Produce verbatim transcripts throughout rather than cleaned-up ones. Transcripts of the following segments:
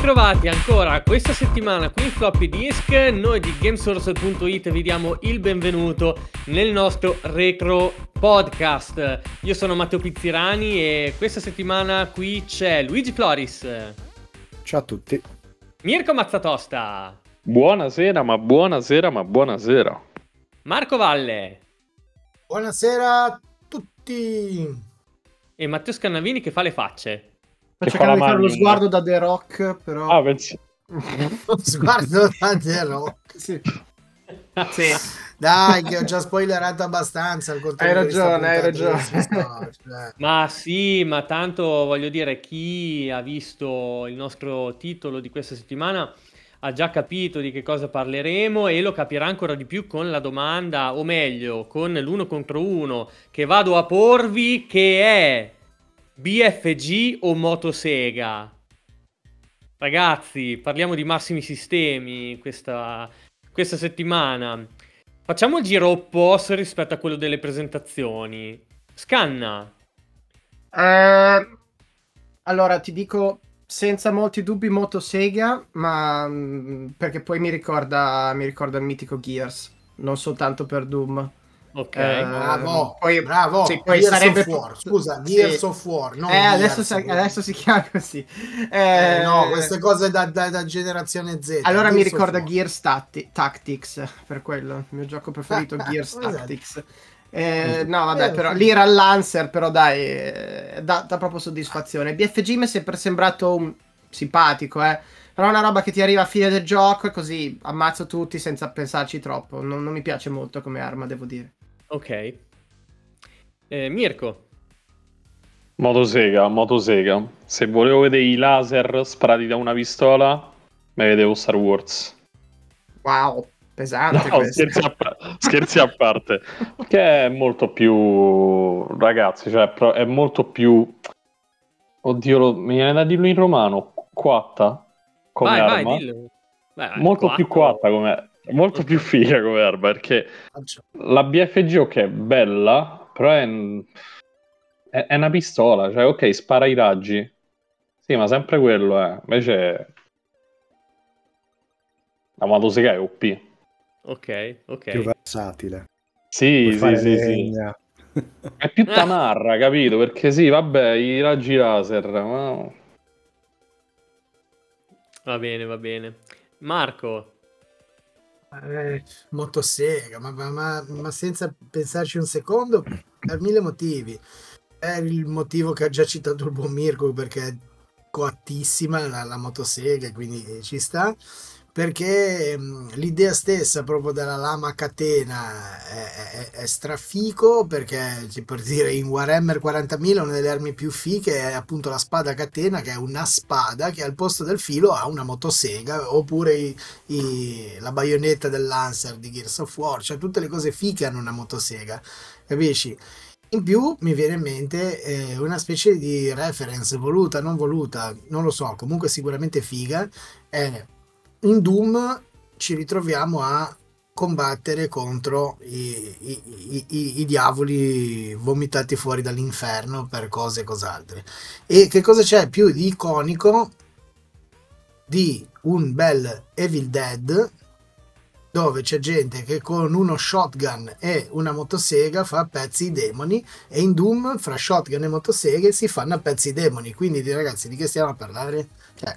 ritrovati ancora questa settimana qui in Floppy Disk. Noi di Gamesource punto it vi diamo il benvenuto nel nostro retro podcast. Io sono Matteo Pizzirani e questa settimana qui c'è Luigi Floris. Ciao a tutti. Mirko Mazzatosta. Buonasera, ma buonasera, ma buonasera. Marco Valle. Buonasera a tutti. E Matteo Scannavini che fa le facce. Sto cercando di fare lo sguardo da The Rock, però... Ah, pensi... Lo sguardo da The Rock. Sì. Sì. Dai, che ho già spoilerato abbastanza. Hai ragione, hai ragione. Ma sì, ma tanto voglio dire, chi ha visto il nostro titolo di questa settimana ha già capito di che cosa parleremo e lo capirà ancora di più con la domanda, o meglio, con l'uno contro uno che vado a porvi, che è B F G o Motosega? Ragazzi, parliamo di massimi sistemi questa, questa settimana. Facciamo il giro opposto rispetto a quello delle presentazioni. Scanna. Eh, allora, ti dico senza molti dubbi Motosega, ma mh, perché poi mi ricorda, mi ricorda il mitico Gears, non soltanto per Doom. Ok. Eh, Bravo, poi, bravo. sì, poi Gears sarebbe of War. Scusa, Gears sì. of War. Non Eh, adesso, Gears si, adesso si chiama così. Eh, Eh, no, queste cose da, da, da generazione Z. Allora Gears mi of ricorda War. Gears Tatti- Tactics, per quello, il mio gioco preferito, Gears Esatto. Tactics. Eh, no, vabbè, Eh, però sì. l'ira al Lancer, però dai, eh, dà, dà proprio soddisfazione. B F G mi è sempre sembrato un... simpatico, eh. Però è una roba che ti arriva a fine del gioco e così ammazzo tutti senza pensarci troppo. Non, non mi piace molto come arma, devo dire. Ok. Eh, Mirko. Motosega, Motosega. Se volevo vedere i laser sparati da una pistola, mi vedevo Star Wars. Wow, pesante No, questo. scherzi a, pa- scherzi a parte. Che è molto più... Ragazzi, cioè, pro- è molto più... Oddio, lo- mi viene da dirlo in romano. Quatta? Come Vai, vai, arma. dillo. Beh, Molto più quattro. quatta come... Molto Ok. più figa come arma, perché la B F G, ok, è bella, però è, è, è una pistola, cioè, ok, spara i raggi. Sì, ma sempre quello, eh. Invece la motosega è O P. Ok, ok. Più versatile. Sì, Puoi sì, fare sì, sì. legna. È più tamarra, capito? Perché sì, vabbè, i raggi laser, ma... Va bene, va bene. Marco. Eh, Motosega, ma, ma, ma, ma senza pensarci un secondo, per mille motivi. È il motivo che ha già citato il buon Mirko, perché è coattissima la, la motosega, quindi ci sta. Perché mh, l'idea stessa proprio della lama a catena è, è, è strafico, perché cioè, per dire in Warhammer quarantamila una delle armi più fighe è appunto la spada a catena, che è una spada che al posto del filo ha una motosega, oppure i, i- la baionetta del Lancer di Gears of War, cioè tutte le cose fighe hanno una motosega, capisci? In più mi viene in mente eh, una specie di reference voluta, non voluta, non lo so, comunque sicuramente figa. È in Doom ci ritroviamo a combattere contro i, i- i- i- i diavoli vomitati fuori dall'inferno per cose e cos'altre. E che cosa c'è più di iconico di un bel Evil Dead dove c'è gente che con uno shotgun e una motosega fa a pezzi i demoni, e in Doom fra shotgun e motoseghe si fanno a pezzi i demoni. Quindi ragazzi, di che stiamo a parlare? Cioè,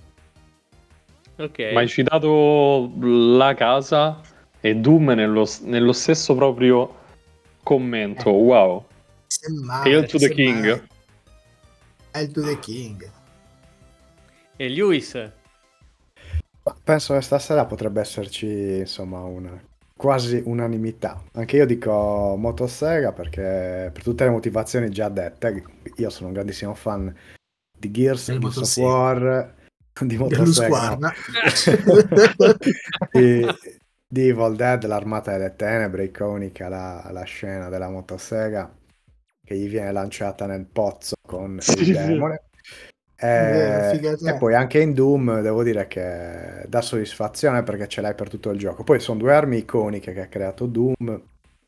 Ok. Ma hai citato la casa e Doom nello, nello stesso proprio commento. Eh. Wow. semmai, Hail to the semmai. King. Hail to the King. E Lewis. Penso che stasera potrebbe esserci, insomma, una quasi unanimità. Anche io dico Motosega perché per tutte le motivazioni già dette, io sono un grandissimo fan di Gears, Delle Gears of motoseghe. War, di Dello Motosega, no. Squarna. di, di Evil Dead, l'Armata delle Tenebre, iconica la, la scena della motosega che gli viene lanciata nel pozzo con Sì, il sì. demone. Vero, Eh, figata. e poi anche in Doom devo dire che dà soddisfazione perché ce l'hai per tutto il gioco. Poi sono due armi iconiche che ha creato Doom,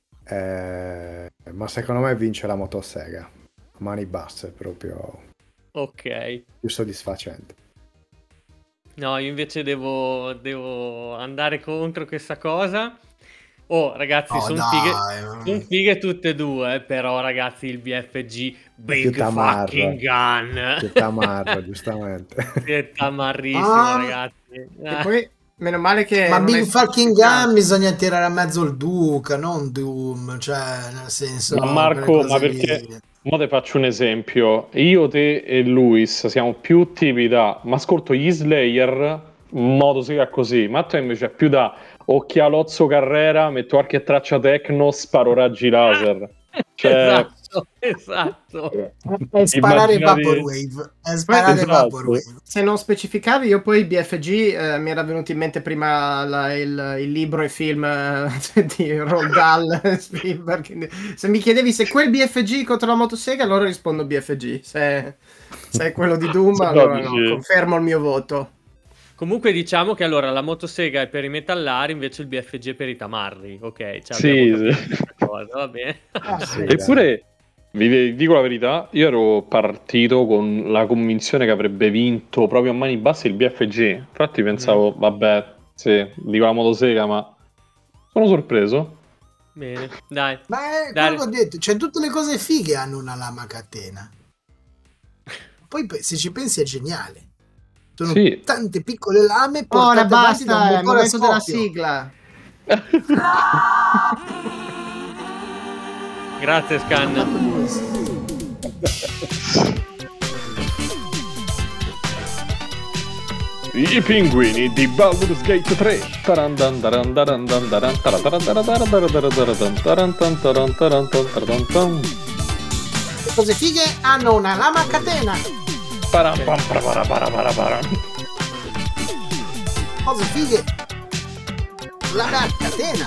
eh, ma secondo me vince la motosega. Mani basse, proprio Ok. più soddisfacente. No, io invece devo, devo andare contro questa cosa. Oh, ragazzi, Oh, sono fighe, son dai. fighe tutte e due, però, ragazzi, il B F G, È più Big tamarra. fucking gun. Più tamarra, giustamente. È tamarrissimo, Ah, ragazzi. E poi, meno male che ma non hai Big fucking gun specificato. bisogna tirare a mezzo il Duca, non Doom, cioè nel senso Ma quelle Marco, ma cose perché? lì. Mo te faccio un esempio. Io, te e Luis siamo più tipi da... Ma ascolto gli Slayer in modo sì così, ma te invece è più da occhialozzo Carrera, metto archi e traccia techno, sparo raggi laser. Cioè, Esatto, esatto. È sparare immaginavi... Vaporwave, è Poi, sparare Esatto. Vaporwave. se non specificavi, io poi B F G eh, mi era venuto in mente prima la- il, il libro e film eh, di Roald Dahl Spielberg. Quindi, se mi chiedevi se quel B F G contro la motosega, allora rispondo B F G. Se, se è quello di Doom, Se no allora no, dici... confermo il mio voto. Comunque diciamo che allora la motosega è per i metallari, invece il B F G è per i tamarri. Ok, cioè abbiamo Sì, capito sì. questa cosa, va bene. Ah, Sì, sì. dai. Eppure, vi vi dico la verità, io ero partito con la convinzione che avrebbe vinto proprio a mani basse il B F G. Infatti pensavo, vabbè, sì, dico la motosega, ma sono sorpreso. Bene, dai. Ma è Dai. quello che ho detto, cioè tutte le cose fighe hanno una lama a catena. Poi pe- se ci pensi è geniale. Sono Sì. tante piccole lame Ora portate avanti da un basta, è il motore a momento della scoppio. sigla. Grazie Scan. I pinguini di Baldur's Gate tre. Tarandan, tarandaran, tarandaran, tarantaran, tarantaran, tarantaran, tarantaran. Le cose fighe hanno una lama a catena. Param, pam, para, para, para, para. Cose fighe. Lama a catena.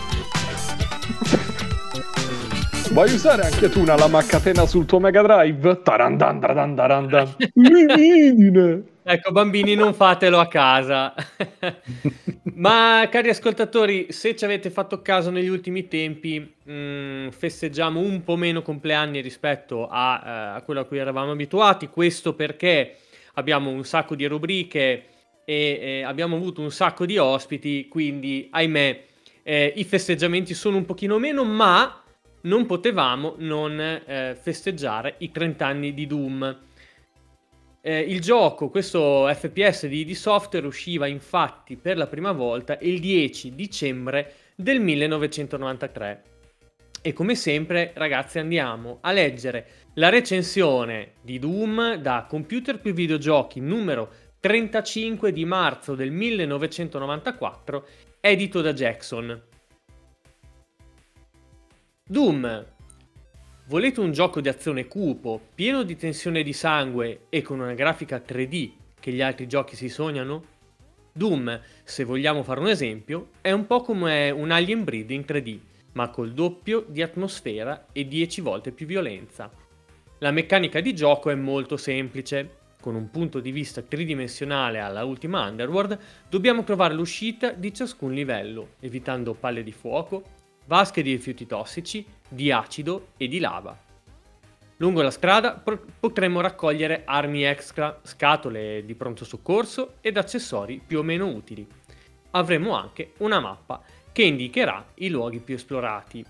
Vuoi usare anche tu una lama a catena sul tuo Mega Drive? Tarandan, tarandan, tarandan. Ecco, bambini, non fatelo a casa. Ma cari ascoltatori, se ci avete fatto caso negli ultimi tempi, mh, festeggiamo un po' meno compleanni rispetto a, eh, a quello a cui eravamo abituati. Questo perché abbiamo un sacco di rubriche e eh, abbiamo avuto un sacco di ospiti, quindi ahimè eh, i festeggiamenti sono un pochino meno, ma non potevamo non eh, festeggiare i trenta anni di Doom. Eh, il gioco, questo F P S di, di Software, usciva infatti per la prima volta il dieci dicembre del millenovecentonovantatré. E come sempre, ragazzi, andiamo a leggere la recensione di Doom da Computer più Videogiochi numero trentacinque di marzo del millenovecentonovantaquattro, edito da Jackson. Doom. Volete un gioco di azione cupo, pieno di tensione e di sangue e con una grafica tre D che gli altri giochi si sognano? Doom, se vogliamo fare un esempio, è un po' come un Alien Breed in tre D, ma col doppio di atmosfera e dieci volte più violenza. La meccanica di gioco è molto semplice. Con un punto di vista tridimensionale alla ultima Underworld, dobbiamo trovare l'uscita di ciascun livello, evitando palle di fuoco, vasche di rifiuti tossici, di acido e di lava. Lungo la strada pro- potremo raccogliere armi extra, scatole di pronto soccorso ed accessori più o meno utili. Avremo anche una mappa che indicherà i luoghi più esplorati.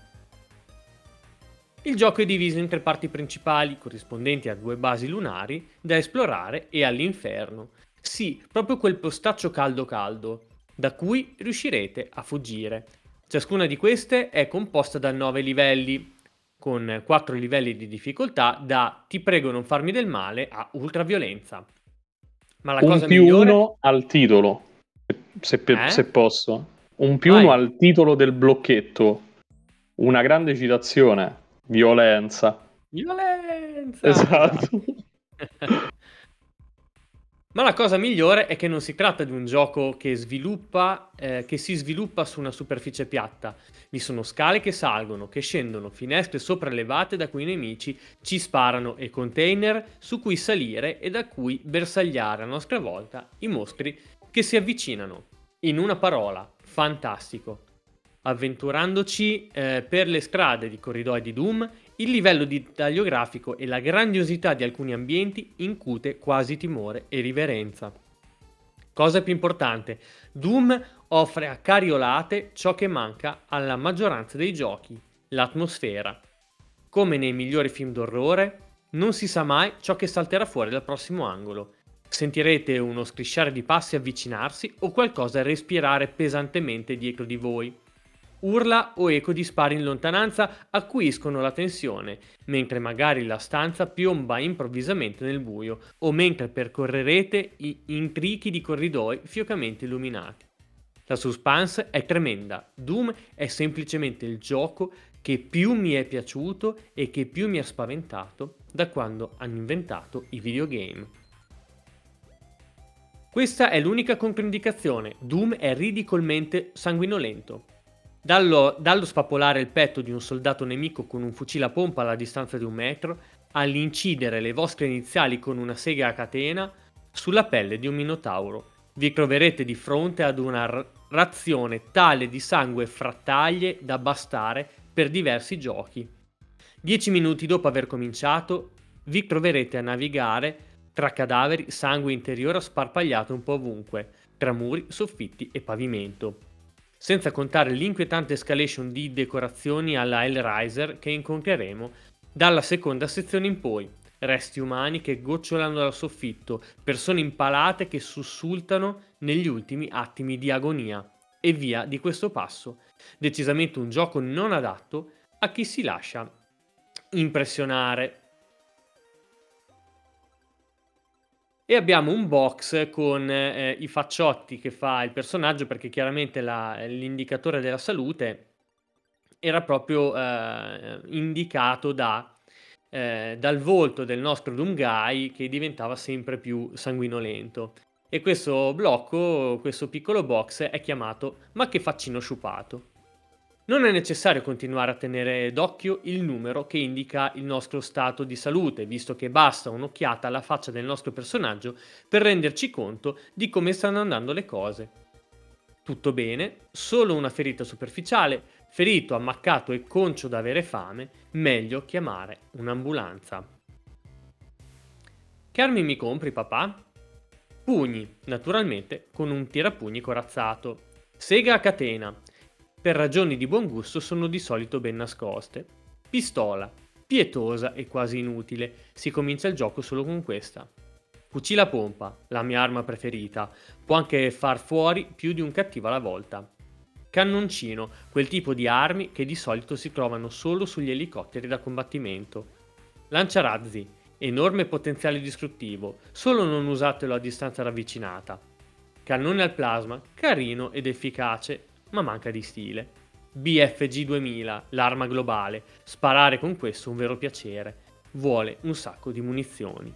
Il gioco è diviso in tre parti principali, corrispondenti a due basi lunari da esplorare e all'inferno. Sì, proprio quel postaccio caldo caldo, da cui riuscirete a fuggire. Ciascuna di queste è composta da nove livelli, con quattro livelli di difficoltà da ti prego non farmi del male a ultraviolenza. Ma la Un cosa più migliore... uno al titolo, se, Eh? se posso. Un più Vai. uno al titolo del blocchetto. Una grande citazione. Violenza. Violenza! Esatto. Esatto. Ma la cosa migliore è che non si tratta di un gioco che sviluppa, eh, che si sviluppa su una superficie piatta. Vi sono scale che salgono, che scendono, finestre sopraelevate da cui i nemici ci sparano e container su cui salire e da cui bersagliare a nostra volta i mostri che si avvicinano. In una parola, fantastico. Avventurandoci eh, per le strade di corridoi di Doom, il livello di dettaglio grafico e la grandiosità di alcuni ambienti incute quasi timore e riverenza. Cosa più importante, Doom offre a cariolate ciò che manca alla maggioranza dei giochi, l'atmosfera. Come nei migliori film d'orrore, non si sa mai ciò che salterà fuori dal prossimo angolo. Sentirete uno scrisciare di passi avvicinarsi o qualcosa respirare pesantemente dietro di voi. Urla o eco di spari in lontananza acuiscono la tensione, mentre magari la stanza piomba improvvisamente nel buio o mentre percorrerete i intrichi di corridoi fiocamente illuminati. La suspense è tremenda, Doom è semplicemente il gioco che più mi è piaciuto e che più mi ha spaventato da quando hanno inventato i videogame. Questa è l'unica controindicazione, Doom è ridicolmente sanguinolento. Dallo, dallo spappolare il petto di un soldato nemico con un fucile a pompa alla distanza di un metro, all'incidere le vostre iniziali con una sega a catena sulla pelle di un minotauro. Vi troverete di fronte ad una r- razione tale di sangue e frattaglie da bastare per diversi giochi. Dieci minuti dopo aver cominciato, vi troverete a navigare tra cadaveri, sangue interiore sparpagliato un po' ovunque, tra muri, soffitti e pavimento. Senza contare l'inquietante escalation di decorazioni alla Hellraiser che incontreremo dalla seconda sezione in poi. Resti umani che gocciolano dal soffitto, persone impalate che sussultano negli ultimi attimi di agonia. E via di questo passo. Decisamente un gioco non adatto a chi si lascia impressionare. E abbiamo un box con eh, i facciotti che fa il personaggio, perché chiaramente la, l'indicatore della salute era proprio eh, indicato da, eh, dal volto del nostro Doomguy che diventava sempre più sanguinolento. E questo blocco, questo piccolo box è chiamato "Ma che faccino sciupato". Non è necessario continuare a tenere d'occhio il numero che indica il nostro stato di salute, visto che basta un'occhiata alla faccia del nostro personaggio per renderci conto di come stanno andando le cose. Tutto bene, solo una ferita superficiale, ferito, ammaccato e concio da avere fame, meglio chiamare un'ambulanza. Che armi mi compri, papà? Pugni, naturalmente con un tirapugni corazzato. Sega a catena. Per ragioni di buon gusto sono di solito ben nascoste. Pistola, pietosa e quasi inutile, si comincia il gioco solo con questa. Fucile a pompa, la mia arma preferita, può anche far fuori più di un cattivo alla volta. Cannoncino, quel tipo di armi che di solito si trovano solo sugli elicotteri da combattimento. Lanciarazzi, enorme potenziale distruttivo, solo non usatelo a distanza ravvicinata. Cannone al plasma, carino ed efficace, ma manca di stile. B F G duemila, l'arma globale, sparare con questo è un vero piacere, vuole un sacco di munizioni.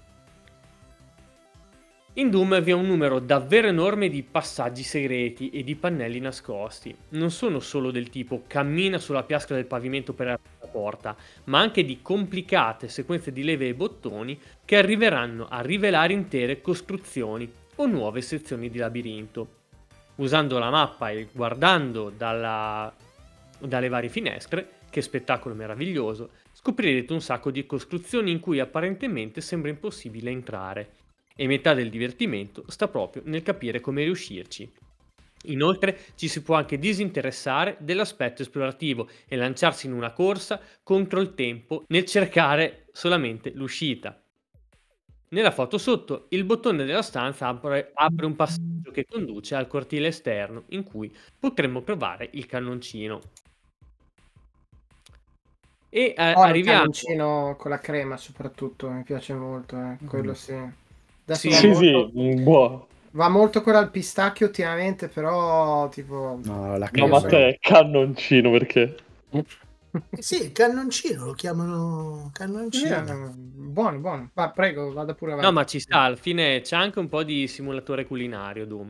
In Doom vi è un numero davvero enorme di passaggi segreti e di pannelli nascosti. Non sono solo del tipo cammina sulla piastra del pavimento per aprire la porta, ma anche di complicate sequenze di leve e bottoni che arriveranno a rivelare intere costruzioni o nuove sezioni di labirinto. Usando la mappa e guardando dalla, dalle varie finestre, che spettacolo meraviglioso, scoprirete un sacco di costruzioni in cui apparentemente sembra impossibile entrare. E metà del divertimento sta proprio nel capire come riuscirci. Inoltre ci si può anche disinteressare dell'aspetto esplorativo e lanciarsi in una corsa contro il tempo nel cercare solamente l'uscita. Nella foto sotto il bottone della stanza apre, apre un passaggio che conduce al cortile esterno in cui potremmo provare il cannoncino. E eh, Oh, il arriviamo... cannoncino con la crema soprattutto, mi piace molto, eh. Quello sì. Adesso Sì, va Sì, molto, sì, buono. va molto quello al pistacchio ultimamente, però tipo... No, la No, crema ma so. te è cannoncino perché? Eh sì, il cannoncino, lo chiamano Sì, eh, cannoncino. buono, buono. Va, prego, vada pure No, avanti. ma ci sta, alla fine c'è anche un po' di simulatore culinario Doom.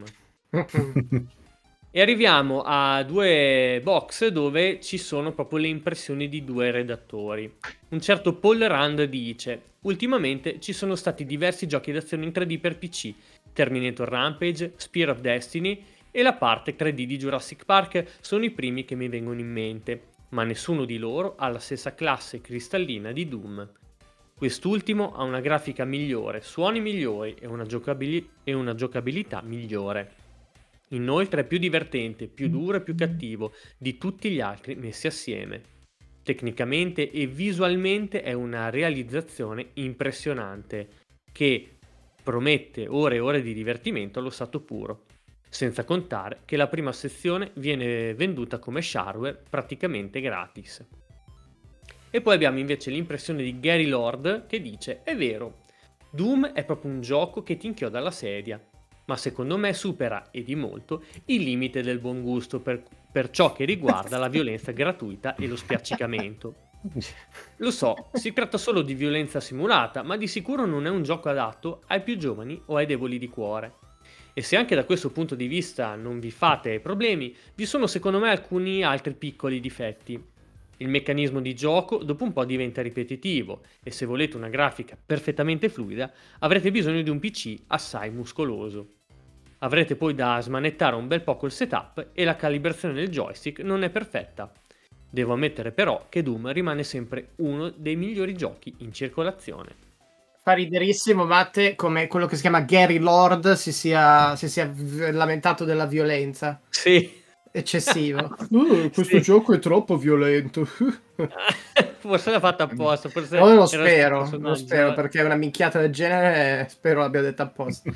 E arriviamo a due box dove ci sono proprio le impressioni di due redattori. Un certo Paul Rand dice: ultimamente ci sono stati diversi giochi d'azione in tre D per P C, Terminator Rampage, Spear of Destiny e la parte tre D di Jurassic Park sono i primi che mi vengono in mente, ma nessuno di loro ha la stessa classe cristallina di Doom. Quest'ultimo ha una grafica migliore, suoni migliori e una, giocabili- e una giocabilità migliore. Inoltre è più divertente, più duro e più cattivo di tutti gli altri messi assieme. Tecnicamente e visualmente è una realizzazione impressionante che promette ore e ore di divertimento allo stato puro. Senza contare che la prima sezione viene venduta come shareware praticamente gratis. E poi abbiamo invece l'impressione di Gary Lord che dice: è vero, Doom è proprio un gioco che ti inchioda alla sedia, ma secondo me supera, e di molto, il limite del buon gusto per, per ciò che riguarda la violenza gratuita e lo spiaccicamento. Lo so, si tratta solo di violenza simulata, ma di sicuro non è un gioco adatto ai più giovani o ai deboli di cuore. E se anche da questo punto di vista non vi fate problemi, vi sono secondo me alcuni altri piccoli difetti. Il meccanismo di gioco dopo un po' diventa ripetitivo e se volete una grafica perfettamente fluida avrete bisogno di un P C assai muscoloso. Avrete poi da smanettare un bel po' col setup e la calibrazione del joystick non è perfetta. Devo ammettere però che Doom rimane sempre uno dei migliori giochi in circolazione. Fa riderissimo, Matte, come quello che si chiama Gary Lord si sia, si sia lamentato della violenza. Sì. Eccessivo. Uh, questo sì. Gioco è troppo violento. Forse l'ha fatto apposta. Forse no, lo spero, lo spero, perché una minchiata del genere spero l'abbia detta apposta.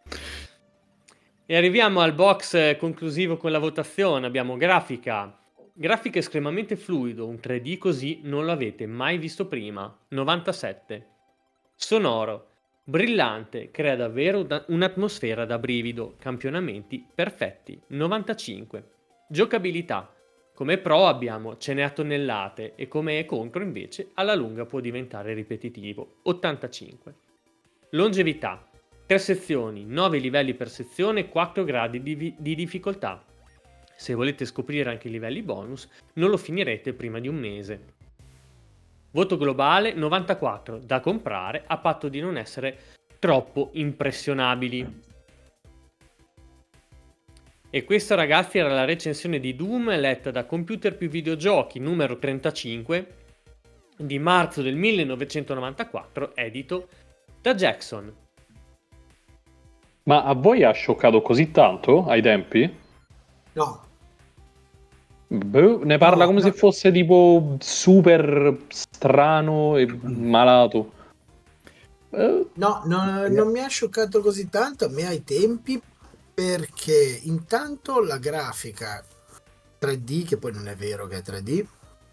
E arriviamo al box conclusivo con la votazione. Abbiamo grafica. Grafica estremamente fluido, un tre D così non lo avete mai visto prima, novantasette. Sonoro. Brillante, crea davvero da- un'atmosfera da brivido, campionamenti perfetti, novantacinque. Giocabilità. Come pro abbiamo ce n'è a tonnellate e come contro invece alla lunga può diventare ripetitivo, ottantacinque. Longevità. tre sezioni, nove livelli per sezione, quattro gradi di, vi- di difficoltà. Se volete scoprire anche i livelli bonus, non lo finirete prima di un mese. Voto globale novantaquattro, da comprare a patto di non essere troppo impressionabili. E questa, ragazzi, era la recensione di Doom letta da Computer più Videogiochi numero trentacinque di marzo del millenovecentonovantaquattro, edito da Jackson. Ma a voi ha scioccato così tanto ai tempi? No. Beh, ne parla no, come no. se fosse tipo super strano e malato. Eh, No, no, non mi ha scioccato così tanto a me ai tempi, perché intanto la grafica tre D, che poi non è vero che è tre D,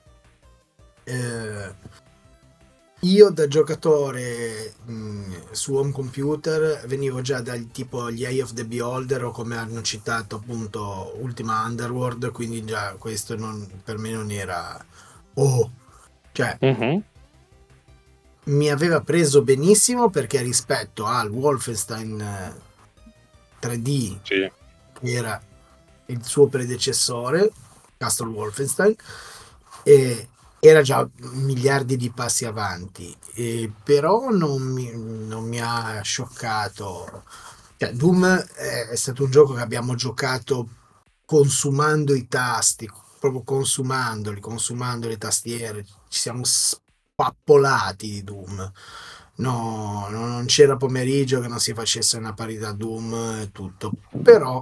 eh, io da giocatore mh, su home computer venivo già dal tipo gli Eye of the Beholder, o come hanno citato appunto Ultima Underworld, quindi già questo non, per me non era oh, cioè mhm. mi aveva preso benissimo, perché rispetto al Wolfenstein eh, tre D, Sì. che era il suo predecessore, Castle Wolfenstein, e era già miliardi di passi avanti, e però non mi, non mi ha scioccato. Cioè, Doom è, è stato un gioco che abbiamo giocato consumando i tasti, proprio consumandoli, consumando le tastiere, ci siamo spappolati di Doom. No, no, non c'era pomeriggio che non si facesse una partita Doom e tutto, però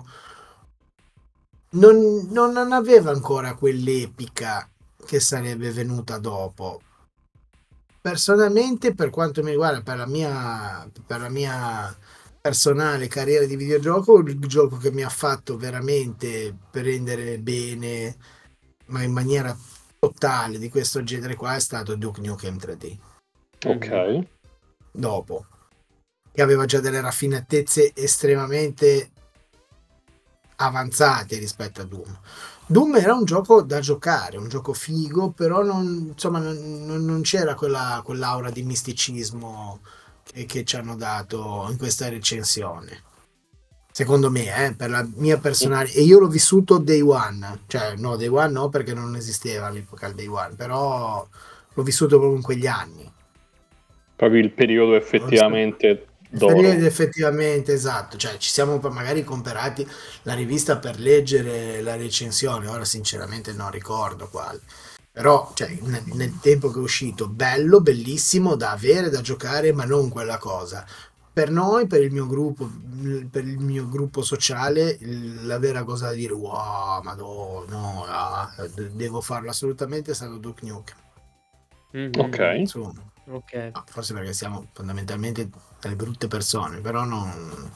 non, non aveva ancora quell'epica che sarebbe venuta dopo. Personalmente, per quanto mi riguarda, per la mia, per la mia personale carriera di videogioco, il gioco che mi ha fatto veramente prendere bene, ma in maniera totale, di questo genere qua, è stato Duke Nukem tre D. Ok. Dopo, che aveva già delle raffinatezze estremamente avanzate rispetto a Doom. Doom era un gioco da giocare, un gioco figo, però non, insomma, non, non c'era quella, quell'aura di misticismo che, che ci hanno dato in questa recensione. Secondo me, eh, per la mia personale, e io l'ho vissuto day one, cioè no, day one no, perché non esisteva all'epoca il day one, però l'ho vissuto proprio in quegli anni. Proprio il periodo effettivamente d'oro. Periodo effettivamente, esatto, cioè ci siamo magari comprati la rivista per leggere la recensione, ora sinceramente non ricordo quale, Però, cioè, nel, nel tempo che è uscito, bello, bellissimo, da avere, da giocare, ma non quella cosa. Per noi, per il mio gruppo, il- per il mio gruppo sociale, il- la vera cosa da dire, wow, madonna, no, ah, de- devo farlo assolutamente, è stato Duke Nukem. Ok. Mhm. Insomma, Ok. no, forse perché siamo fondamentalmente delle brutte persone, però non...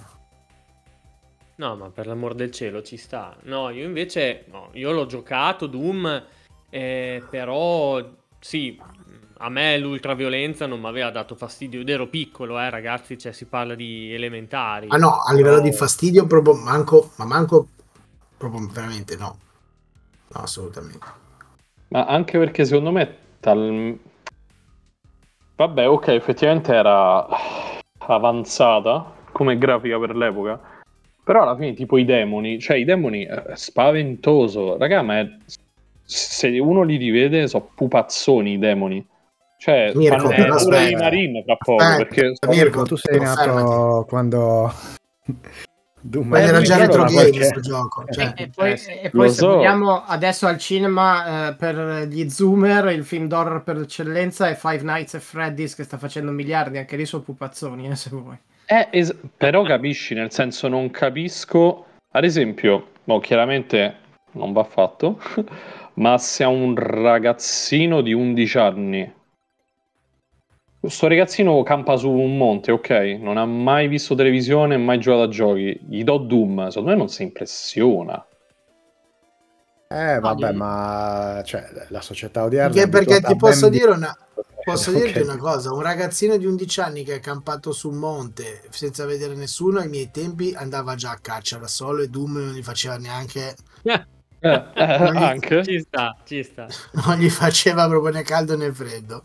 No, ma per l'amor del cielo ci sta. No, io invece, no, io l'ho giocato Doom, eh, però sì, a me l'ultraviolenza non mi aveva dato fastidio. Ed ero piccolo, eh, ragazzi, cioè si parla di elementari. Ah no, a livello di Però fastidio proprio manco, ma manco proprio veramente no, no, assolutamente. Ma anche perché secondo me tal... Vabbè, ok, effettivamente era avanzata come grafica per l'epoca, però alla fine tipo i demoni, cioè i demoni eh, spaventoso, raga, ma è- se uno li rivede so pupazzoni i demoni, cioè Mirko, fanno eh, però pure i aspetta, vabbè. marine tra poco, aspetta, perché so- Mirko, Mirko, tu sei fermati. nato quando Doom Quando eh, è era lui già uscito, dice- retro ma game perché? questo gioco, E, cioè, e poi, eh, sì. e poi lo se so, vogliamo, adesso al cinema, eh, per gli zoomer, il film d'horror per eccellenza è Five Nights at Freddy's, che sta facendo miliardi, anche lì su pupazzoni, eh, se vuoi. Eh, es- però capisci, nel senso non capisco, ad esempio, no, chiaramente non va fatto, ma se a un ragazzino di undici anni, questo ragazzino campa su un monte, ok, non ha mai visto televisione, mai giocato a giochi, gli do Doom, secondo me non si impressiona. Eh, No, vabbè, gli- ma cioè, la società odierna è perché, perché abituata ti a ben posso di dire una, posso dirti ok. una cosa, un ragazzino di undici anni che è campato su un monte senza vedere nessuno, ai miei tempi andava già a caccia da solo e Doom non gli faceva neanche, Eh, eh, non gli, anche? Ci sta, ci sta. non gli faceva proprio né caldo né freddo.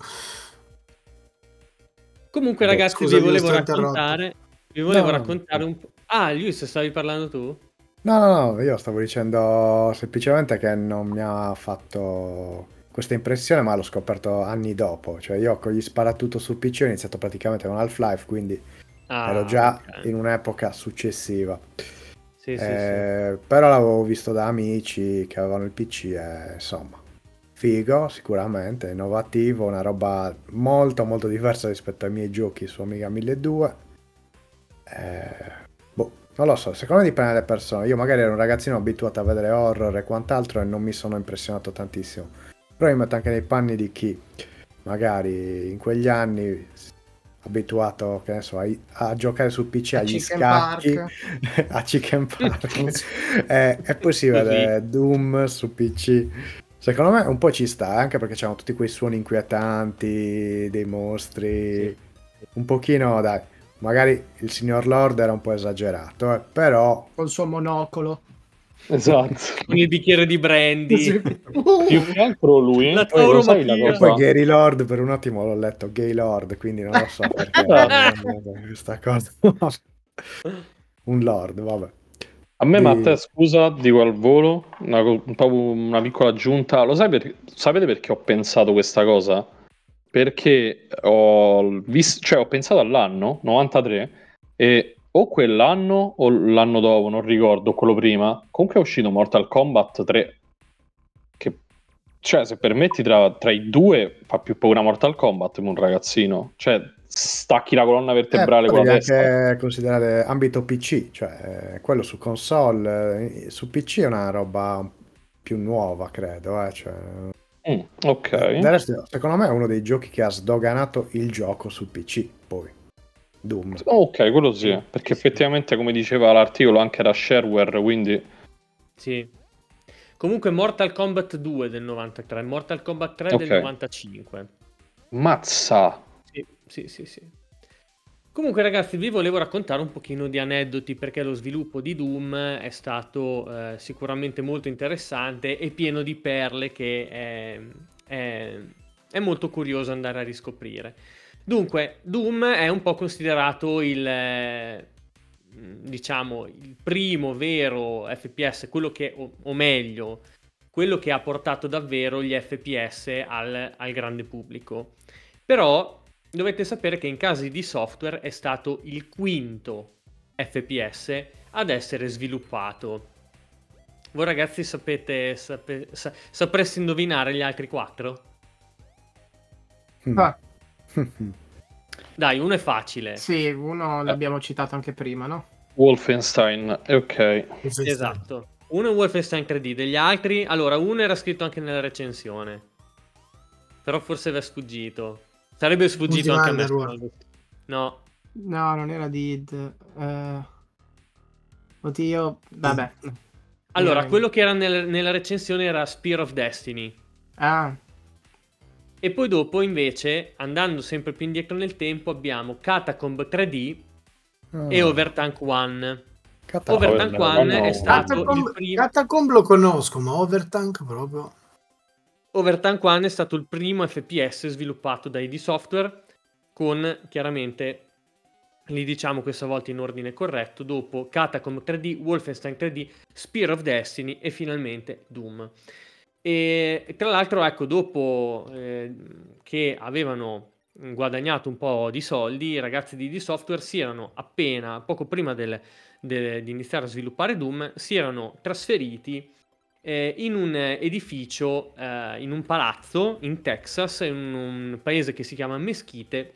Comunque, Boh. ragazzi, vi Scusa, vi volevo sto interrotto. raccontare. Vi No, volevo no, raccontare un po'. Ah, Luis, stavi parlando tu? no, no, no, io stavo dicendo semplicemente che non mi ha fatto questa impressione, ma l'ho scoperto anni dopo. Cioè, io con gli sparatutto sul P C ho iniziato praticamente con Half-Life, quindi ero Ah, già ok. in un'epoca successiva. Sì, sì, sì. Eh, però l'avevo visto da amici che avevano il P C e insomma, figo sicuramente, innovativo, una roba molto molto diversa rispetto ai miei giochi su Amiga milleduecento. Eh, boh, non lo so, secondo me dipende dalle persone. Io magari ero un ragazzino abituato a vedere horror e quant'altro e non mi sono impressionato tantissimo. Però mi metto anche nei panni di chi magari in quegli anni abituato, che ne so, a, a giocare sul P C a agli Chicken scacchi, Park. a Chicken Park, e, e poi si Così. vede Doom su P C. Secondo me un po' ci sta, eh, anche perché c'erano tutti quei suoni inquietanti, dei mostri, Sì. un pochino, dai, magari il signor Lord era un po' esagerato, eh, però... Col suo monocolo. Esatto. Con il bicchiere di brandy. Più che altro lui, La poi lo sai la tauromatia. E poi cosa? Gary Lord per un attimo l'ho letto Gay Lord, quindi non lo so perché Esatto. eh, questa cosa. Un Lord, vabbè. A me, Di... Matteo, scusa, dico al volo, una, co- un po' una piccola aggiunta. Lo sai per- sapete perché ho pensato questa cosa? Perché ho, vis- cioè, ho pensato all'anno novantatré e o quell'anno o l'anno dopo, non ricordo, o quello prima, comunque è uscito Mortal Kombat tre. Che, cioè, se permetti, tra, tra i due fa più paura Mortal Kombat che un ragazzino. Cioè, stacchi la colonna Eh, vertebrale però con la devi testa. anche considerare ambito P C, cioè eh, quello su console, eh, su P C è una roba più nuova, credo, eh, cioè... Mm, ok. Eh, del resto, secondo me è uno dei giochi che ha sdoganato il gioco su P C, poi. Doom. Ok, quello sì, Sì, perché sì, sì. effettivamente, come diceva l'articolo, anche era shareware, quindi... Sì. Comunque Mortal Kombat due del novantatré, Mortal Kombat tre del Ok. novantacinque. Mazza! Sì, sì, sì, sì. Comunque ragazzi, vi volevo raccontare un pochino di aneddoti perché lo sviluppo di Doom è stato eh, sicuramente molto interessante e pieno di perle che è, è- è molto curioso andare a riscoprire. Dunque, Doom è un po' considerato il, eh, diciamo, il primo vero F P S, quello che, o, o meglio, quello che ha portato davvero gli F P S al, al grande pubblico. Però dovete sapere che in casi di software è stato il quinto F P S ad essere sviluppato. Voi ragazzi sapete, sape, sa, sapreste indovinare gli altri quattro? Mm. Ah, Dai, uno è facile. sì, uno l'abbiamo citato anche prima, no? Wolfenstein, eh, ok. Esatto. Uno è Wolfenstein tre D, degli altri... Allora, uno era scritto anche nella recensione. Però forse vi è sfuggito. Sarebbe sfuggito Ultima anche a me. Underworld. No. No, non era di id. Eh, Oddio, vabbè. Allora, Eh, quello che era nel- nella recensione era Spear of Destiny. Ah, E poi dopo, invece, andando sempre più indietro nel tempo, abbiamo Catacomb tre D e Ah, Overtank One. Catacomb. Overtank Oh, One no. è stato il Catacomb, primo... Catacomb lo conosco, ma Overtank proprio. Overtank One è stato il primo F P S sviluppato da I D Software con, chiaramente, li diciamo questa volta in ordine corretto, dopo Catacomb tre D, Wolfenstein tre D, Spear of Destiny e finalmente Doom. E tra l'altro, ecco, dopo eh, che avevano guadagnato un po' di soldi, i ragazzi di I D Software si erano appena, poco prima del, del, di iniziare a sviluppare Doom, si erano trasferiti eh, in un edificio, eh, in un palazzo in Texas, in un paese che si chiama Mesquite,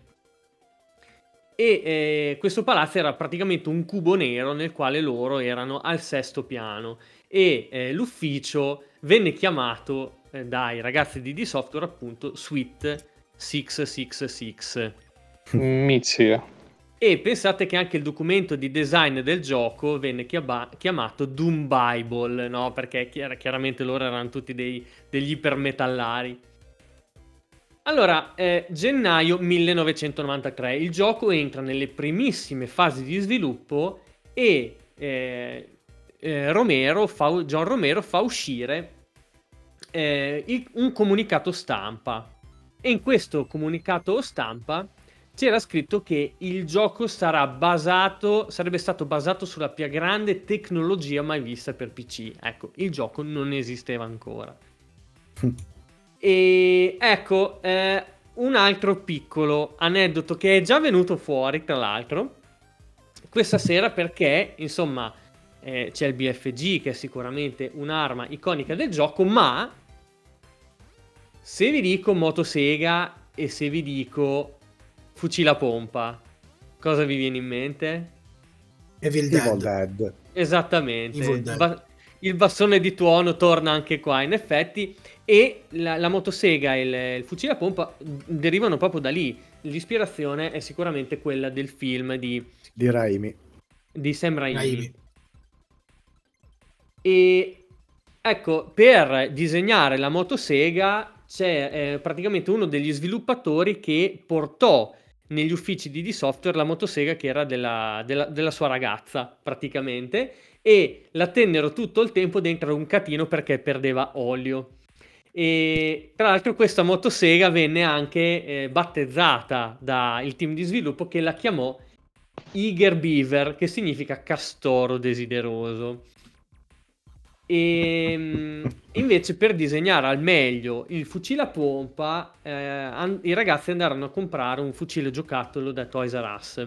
e eh, questo palazzo era praticamente un cubo nero nel quale loro erano al sesto piano e eh, l'ufficio venne chiamato eh, dai ragazzi di I D Software appunto Suite sei sei sei. Mizzica. E pensate che anche il documento di design del gioco venne chiaba- chiamato Doom Bible, no? Perché chiar- chiaramente loro erano tutti dei, degli ipermetallari. Allora, eh, gennaio millenovecentonovantatré, il gioco entra nelle primissime fasi di sviluppo e eh, eh, Romero fa, John Romero fa uscire eh, il- un comunicato stampa. E in questo comunicato stampa c'era scritto che il gioco sarà basato, sarebbe stato basato sulla più grande tecnologia mai vista per P C. Ecco, il gioco non esisteva ancora. E ecco, eh, un altro piccolo aneddoto che è già venuto fuori, tra l'altro, questa sera perché, insomma, eh, c'è il B F G che è sicuramente un'arma iconica del gioco, ma se vi dico motosega e se vi dico fucile a pompa, cosa vi viene in mente? Evil Evil Dead. Dead. Esattamente, Evil il, Dead. ba- il bastone di tuono torna anche qua in effetti e la, la motosega e il, il fucile a pompa derivano proprio da lì. L'ispirazione è sicuramente quella del film di, Di Raimi. di Sam Raimi. Raimi. E ecco, per disegnare la motosega c'è eh, praticamente uno degli sviluppatori che portò negli uffici di I D Software la motosega che era della, della, della sua ragazza praticamente e la tennero tutto il tempo dentro un catino perché perdeva olio. E tra l'altro questa motosega venne anche eh, battezzata dal team di sviluppo che la chiamò Eager Beaver, che significa castoro desideroso. E invece per disegnare al meglio il fucile a pompa eh, an- i ragazzi andarono a comprare un fucile giocattolo da Toys R Us.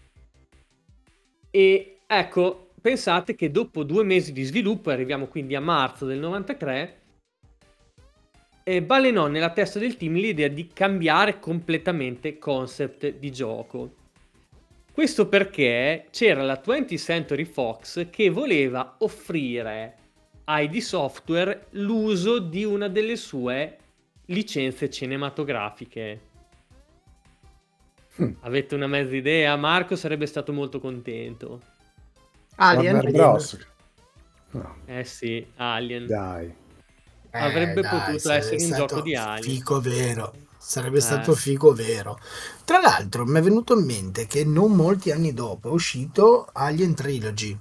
E ecco, pensate che dopo due mesi di sviluppo, arriviamo quindi a marzo del novantatré, eh, balenò nella testa del team l'idea di cambiare completamente concept di gioco. Questo perché c'era la twentieth Century Fox che voleva offrire a I D Software l'uso di una delle sue licenze cinematografiche. Mm. Avete una mezza idea? Marco sarebbe stato molto contento. Alien. Warner Bros. No, Eh sì, Alien. dai. Avrebbe Eh, dai, potuto sarebbe essere un stato gioco di Alien. fico vero. Sarebbe Eh. stato figo vero. Tra l'altro, mi è venuto in mente che non molti anni dopo è uscito Alien Trilogy,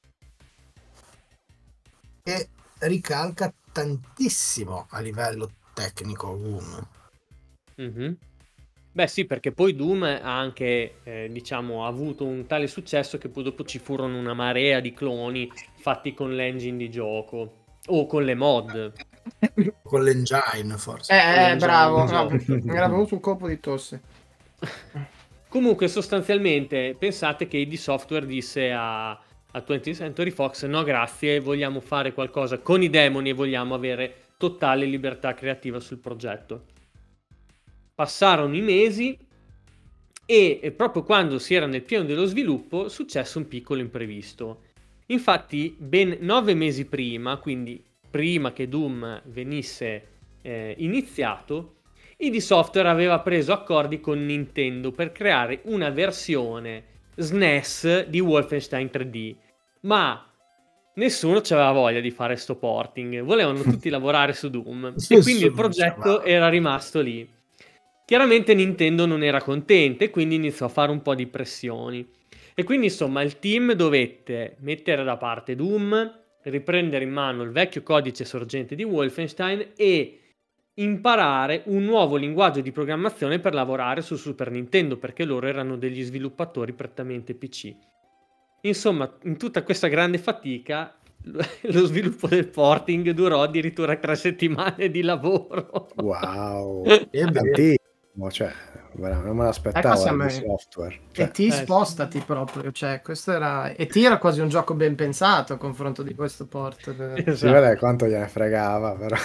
che ricalca tantissimo a livello tecnico Doom. Mhm. Beh sì, perché poi Doom ha anche, eh, diciamo, avuto un tale successo che poi dopo ci furono una marea di cloni fatti con l'engine di gioco o con le mod. Con l'engine forse. Eh, Con eh, l'engine bravo. di No, gioco. mi era venuto un colpo di tosse. Comunque sostanzialmente pensate che I D Software disse a, a twentieth Century Fox: no grazie, vogliamo fare qualcosa con i demoni e vogliamo avere totale libertà creativa sul progetto. Passarono i mesi e, e proprio quando si era nel pieno dello sviluppo successe un piccolo imprevisto. Infatti ben nove mesi prima, quindi prima che Doom venisse eh, iniziato, I D Software aveva preso accordi con Nintendo per creare una versione S N E S di Wolfenstein tre D, ma nessuno aveva voglia di fare sto porting, volevano tutti lavorare su Doom e quindi il progetto era rimasto lì. Chiaramente Nintendo non era contenta e quindi iniziò a fare un po' di pressioni. E quindi insomma il team dovette mettere da parte Doom, riprendere in mano il vecchio codice sorgente di Wolfenstein e imparare un nuovo linguaggio di programmazione per lavorare su Super Nintendo, perché loro erano degli sviluppatori prettamente P C. Insomma, in tutta questa grande fatica, lo sviluppo del porting durò addirittura tre settimane di lavoro. Wow, è tantissimo, cioè, non me l'aspettavo ecco, di software. Cioè. E ti spostati proprio, cioè, questo era... E ti era quasi un gioco ben pensato a confronto di questo port. Esatto. Si vede quanto gliene fregava, però.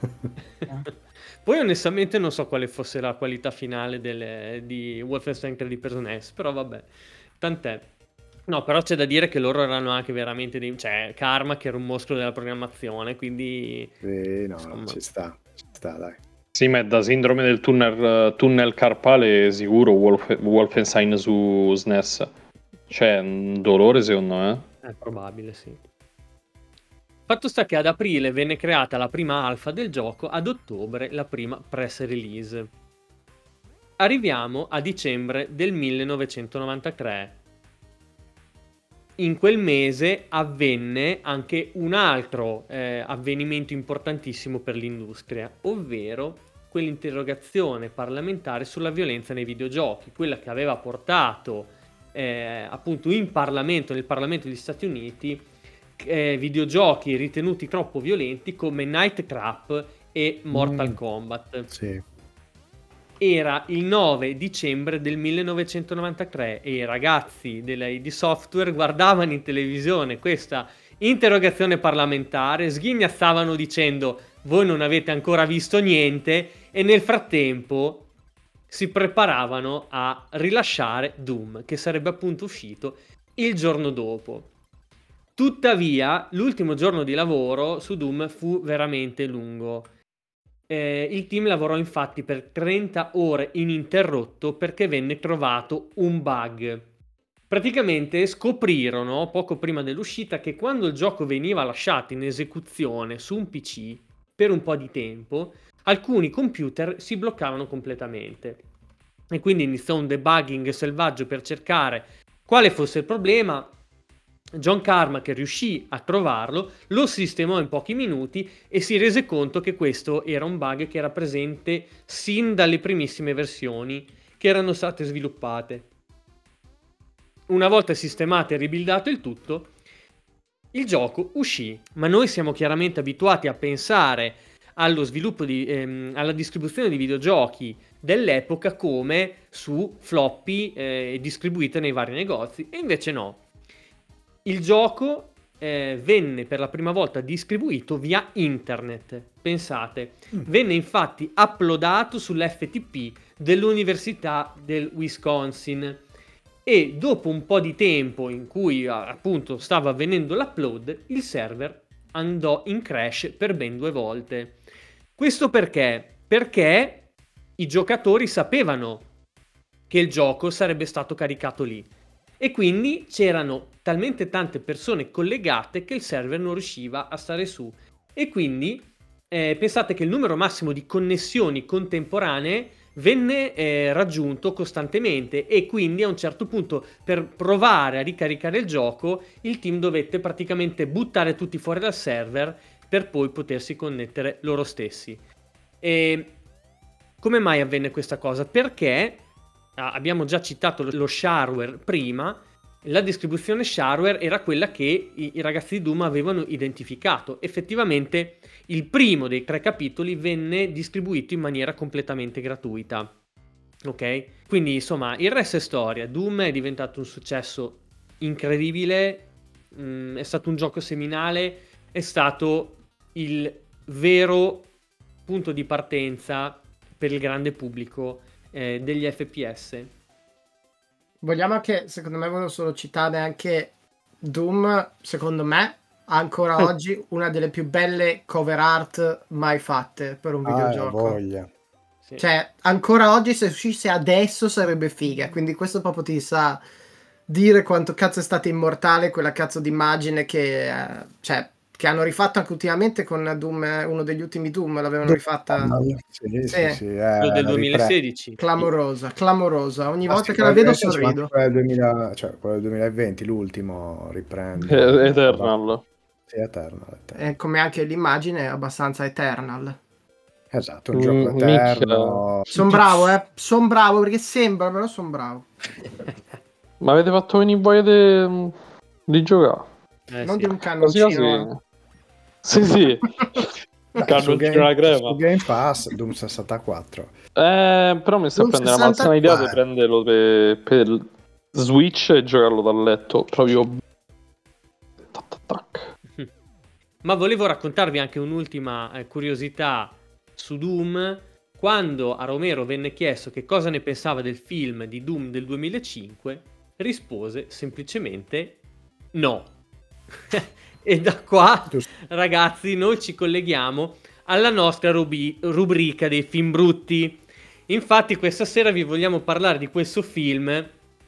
Poi onestamente non so quale fosse la qualità finale delle, di Wolfenstein tre D per S N E S, però vabbè, tant'è. No, però c'è da dire che loro erano anche veramente dei... Cioè, Karma che era un mostro della programmazione, quindi... Sì, no, no, ci sta, ci sta, dai. Sì, ma è da sindrome del tunnel, tunnel carpale sicuro Wolf, Wolfenstein su S N E S. Cioè, un dolore secondo me. È probabile, sì. Fatto sta che ad aprile venne creata la prima alfa del gioco, ad ottobre la prima press release. Arriviamo a dicembre del millenovecentonovantatré. In quel mese avvenne anche un altro eh, avvenimento importantissimo per l'industria, ovvero quell'interrogazione parlamentare sulla violenza nei videogiochi, quella che aveva portato eh, appunto in Parlamento, nel Parlamento degli Stati Uniti, eh, videogiochi ritenuti troppo violenti come Night Trap e Mortal mm, Kombat. Sì. Era il nove dicembre del millenovecentonovantatré e i ragazzi della I D Software guardavano in televisione questa interrogazione parlamentare, sghignazzavano dicendo voi non avete ancora visto niente e nel frattempo si preparavano a rilasciare Doom, che sarebbe appunto uscito il giorno dopo. Tuttavia l'ultimo giorno di lavoro su Doom fu veramente lungo. Eh, il team lavorò infatti per trenta ore ininterrotto perché venne trovato un bug. Praticamente scoprirono poco prima dell'uscita che quando il gioco veniva lasciato in esecuzione su un P C per un po' di tempo, alcuni computer si bloccavano completamente. E quindi iniziò un debugging selvaggio per cercare quale fosse il problema. John Carmack riuscì a trovarlo, lo sistemò in pochi minuti e si rese conto che questo era un bug che era presente sin dalle primissime versioni che erano state sviluppate. Una volta sistemato e ribuildato il tutto, il gioco uscì, ma noi siamo chiaramente abituati a pensare allo sviluppo di, ehm, alla distribuzione di videogiochi dell'epoca come su floppy eh, distribuite nei vari negozi, e invece no. Il gioco eh, venne per la prima volta distribuito via internet, pensate. Mm. Venne infatti uploadato sull'F T P dell'Università del Wisconsin e dopo un po' di tempo in cui appunto stava avvenendo l'upload, il server andò in crash per ben due volte. Questo perché? Perché i giocatori sapevano che il gioco sarebbe stato caricato lì. E quindi c'erano talmente tante persone collegate che il server non riusciva a stare su. E quindi eh, pensate che il numero massimo di connessioni contemporanee venne eh, raggiunto costantemente e quindi a un certo punto per provare a ricaricare il gioco il team dovette praticamente buttare tutti fuori dal server per poi potersi connettere loro stessi. E come mai avvenne questa cosa? Perché abbiamo già citato lo shareware prima, la distribuzione shareware era quella che i, i ragazzi di Doom avevano identificato. Effettivamente il primo dei tre capitoli venne distribuito in maniera completamente gratuita. Ok? Quindi insomma il resto è storia. Doom è diventato un successo incredibile, mh, è stato un gioco seminale, è stato il vero punto di partenza per il grande pubblico eh, degli F P S. Vogliamo anche, secondo me, volevo solo citare anche Doom, secondo me, ancora oggi una delle più belle cover art mai fatte per un Ah, videogioco. voglia. Sì. Cioè, ancora oggi se uscisse adesso sarebbe figa, quindi questo proprio ti sa dire quanto cazzo è stata immortale quella cazzo di immagine che, eh, cioè, che hanno rifatto anche ultimamente con Doom, eh, uno degli ultimi Doom, l'avevano rifatta. Sì, sì, Sì. sì, eh, Quello del la ripre- duemilasedici. Clamorosa, clamorosa. Ogni Ah, volta sì, che la quella- vedo questa sono anche sorrido. quella del duemila, cioè quello del duemilaventi, l'ultimo riprende. Eh, Eternal. Sì, Eternal, Eternal. Eh, come anche l'immagine è abbastanza Eternal. Esatto, un Mm, gioco minchia. eterno. Sono bravo, eh. Sono bravo perché sembra, però sono bravo. Ma avete fatto venire voglia di, di giocare? Eh, Non sì. di un Quasi quasi. cannoncino. eh. Sì, sì. Beh, su, Cannoncino Game, alla crema. su Game Pass, Doom sessantaquattro. Eh, però mi sta a Doom prendere la malsana idea di sessantaquattro. prenderlo per, per Switch e giocarlo dal letto. Proprio. Tac, tac, tac. Ma volevo raccontarvi anche un'ultima eh, curiosità su Doom. Quando a Romero venne chiesto che cosa ne pensava del film di Doom del duemilacinque, rispose semplicemente no. E da qua, Giusto. ragazzi, noi ci colleghiamo alla nostra rubi- rubrica dei film brutti. Infatti questa sera vi vogliamo parlare di questo film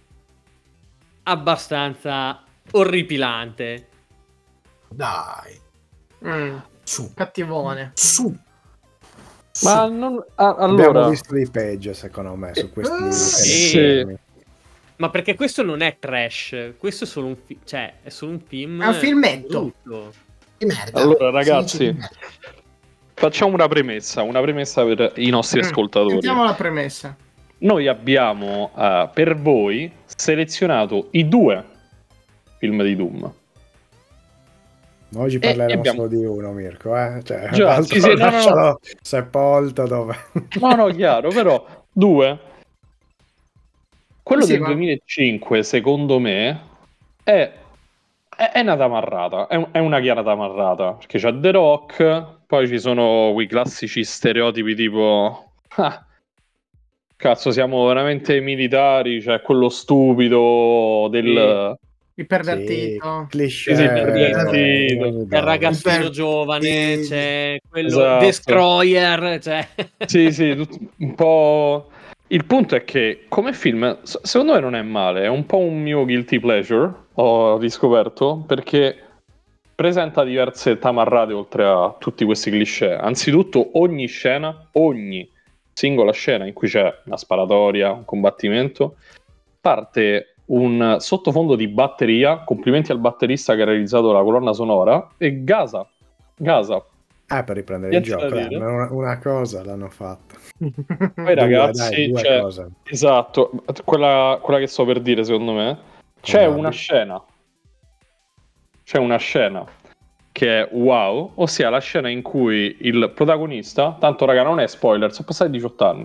abbastanza orripilante. Dai, Mm, su, cattivone. su. Ma non. ah, Abbiamo allora. visto di peggio, secondo me, su questi Eh, sì. telefilm. Ma perché questo non è trash, questo è solo un film, cioè è solo un film È un filmetto. brutto. Di merda. Allora, Si ragazzi, dice di merda. facciamo una premessa. Una premessa per i nostri Mm, ascoltatori. Sentiamo la premessa. Noi abbiamo eh, per voi selezionato i due film di Doom. Oggi E parleremo abbiamo- solo di uno, Mirko, eh? Cioè, Già, l'altro sì, sì, no, no, no. lascialo sepolto dove... No, no, chiaro, però due. Quello Sì, del ma- duemilacinque, secondo me, è, è, è una tamarrata, è, un- è una chiara tamarrata, perché c'è The Rock, poi ci sono quei classici stereotipi tipo... "Ah, cazzo, siamo veramente militari, cioè quello stupido del... Il Sì, pervertito. cliché. Sì, sì, pervertito. pervertito. ogni C'è il ragazzino Iper- giovane, sì. c'è quello Esatto. Destroyer, cioè... Sì, sì, tut- un po'... Il punto è che come film, s- secondo me non è male, è un po' un mio guilty pleasure, ho riscoperto, perché presenta diverse tamarrate oltre a tutti questi cliché. Anzitutto ogni scena, ogni singola scena in cui c'è una sparatoria, un combattimento, parte un sottofondo di batteria, complimenti al batterista che ha realizzato la colonna sonora, e gasa, gasa. Ah, per riprendere il Niente da gioco, dai, dire. una, una cosa l'hanno fatta. Poi Due, ragazzi, dai, due c'è- cose. esatto, quella, quella che sto per dire secondo me, c'è Con una Abby. scena, c'è una scena che è wow, ossia la scena in cui il protagonista, tanto raga non è spoiler, sono passati diciotto anni,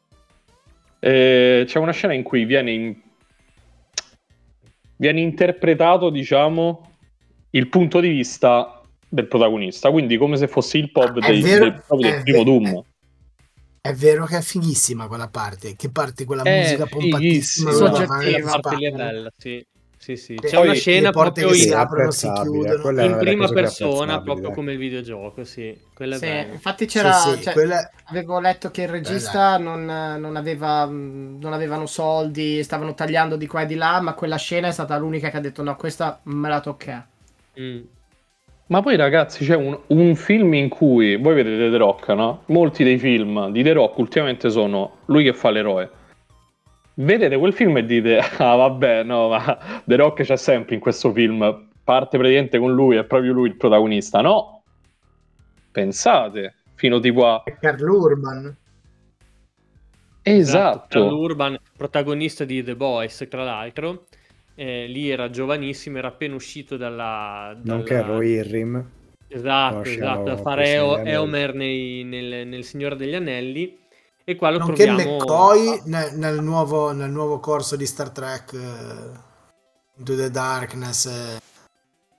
e c'è una scena in cui viene, in- viene interpretato, diciamo, il punto di vista del protagonista, quindi come se fosse il pub È dei- vero- del, proprio del è primo ve- Doom. È vero che è fighissima quella parte, che parte quella È musica pompatissima, fighissima. roba Soggettiva. avanti, Quella parte lì è sparano. bella, sì. Sì, sì. Che- C'è una Poi- scena le porte proprio che in, si Sì, aprono, si apprezzabile, chiudono. quella è in una delle prima cose più persona, apprezzabili, proprio dai. come il videogioco, sì. Quella è Sì, bella. infatti c'era, Sì, sì, cioè, quella- avevo letto che il regista non, non aveva, mh, non avevano soldi, stavano tagliando di qua e di là, ma quella scena è stata l'unica che ha detto no, questa me la tocca. Mm. Ma poi ragazzi c'è un, un film in cui voi vedete The Rock, no? Molti dei film di The Rock ultimamente sono lui che fa l'eroe. Vedete quel film e dite ah vabbè no ma The Rock c'è sempre in questo film, parte praticamente con lui, è proprio lui il protagonista. No, pensate, fino tipo a... Carl Urban. Esatto, Carl Urban, protagonista di The Boys, tra l'altro. Eh, lì era giovanissimo, era appena uscito dalla... dalla... Nonché Roy Irrim. Esatto, conosciamo esatto, a per fare Signore Eo- degli Anelli. Eomer nei- nel, nel Signore degli Anelli. E qua lo Nonché troviamo... McCoy nel, nel nuovo, nel nuovo corso di Star Trek, eh, Into the Darkness. eh.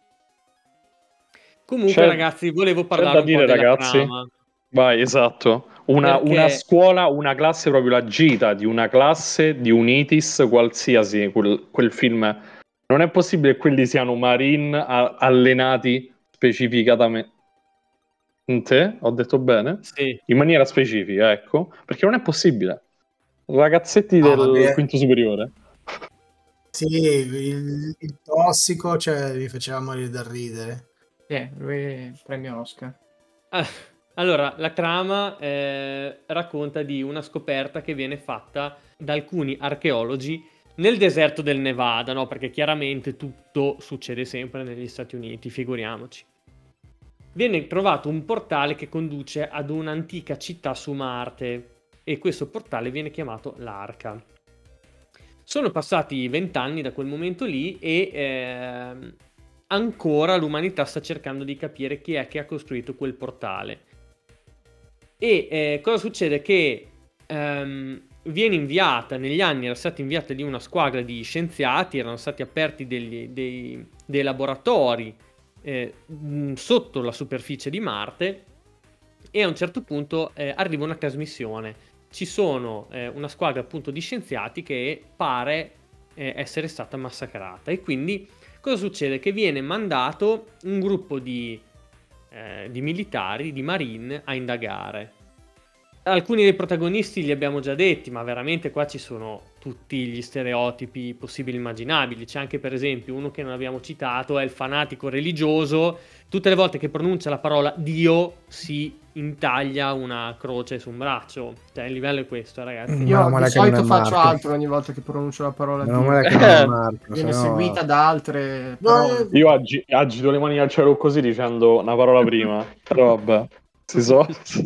Comunque, C'è, ragazzi, volevo c'è parlare da un po' dire, della ragazzi. trama. Vai, esatto. Una, una Perché scuola, una classe, proprio la gita di una classe di un ITIS qualsiasi, quel, quel film. Non è possibile che quelli siano marine a- allenati specificatamente. In te? Ho detto bene? sì, In maniera specifica, ecco. Perché non è possibile. Ragazzetti No, del vabbè, quinto superiore. sì, il, il tossico, cioè, mi faceva morire da ridere. Eh, lui premio Oscar. Ah, allora, la trama eh, racconta di una scoperta che viene fatta da alcuni archeologi nel deserto del Nevada, no? Perché chiaramente tutto succede sempre negli Stati Uniti, figuriamoci. Viene trovato un portale che conduce ad un'antica città su Marte e questo portale viene chiamato l'Arca. Sono passati vent'anni da quel momento lì e ehm, ancora l'umanità sta cercando di capire chi è che ha costruito quel portale. E eh, cosa succede? Che ehm, viene inviata, negli anni era stata inviata lì una squadra di scienziati, erano stati aperti degli- dei, dei laboratori eh, mh, sotto la superficie di Marte e a un certo punto eh, arriva una trasmissione. Ci sono eh, una squadra appunto di scienziati che pare eh, essere stata massacrata e quindi cosa succede? Che viene mandato un gruppo di eh, di militari, di marine a indagare. Alcuni dei protagonisti li abbiamo già detti, ma veramente qua ci sono tutti gli stereotipi possibili e immaginabili. C'è anche per esempio uno che non abbiamo citato, è il fanatico religioso. Tutte le volte che pronuncia la parola Dio si intaglia una croce su un braccio. Cioè il livello è questo, ragazzi. Meno Io di male che non è solito faccio Marco. altro ogni volta che pronuncio la parola Meno Dio. male che non è Eh, Marco, Viene sennò... seguita da altre No, parole. eh, io agi- agito le mani al cielo così dicendo una parola prima. Però vabbè, si so.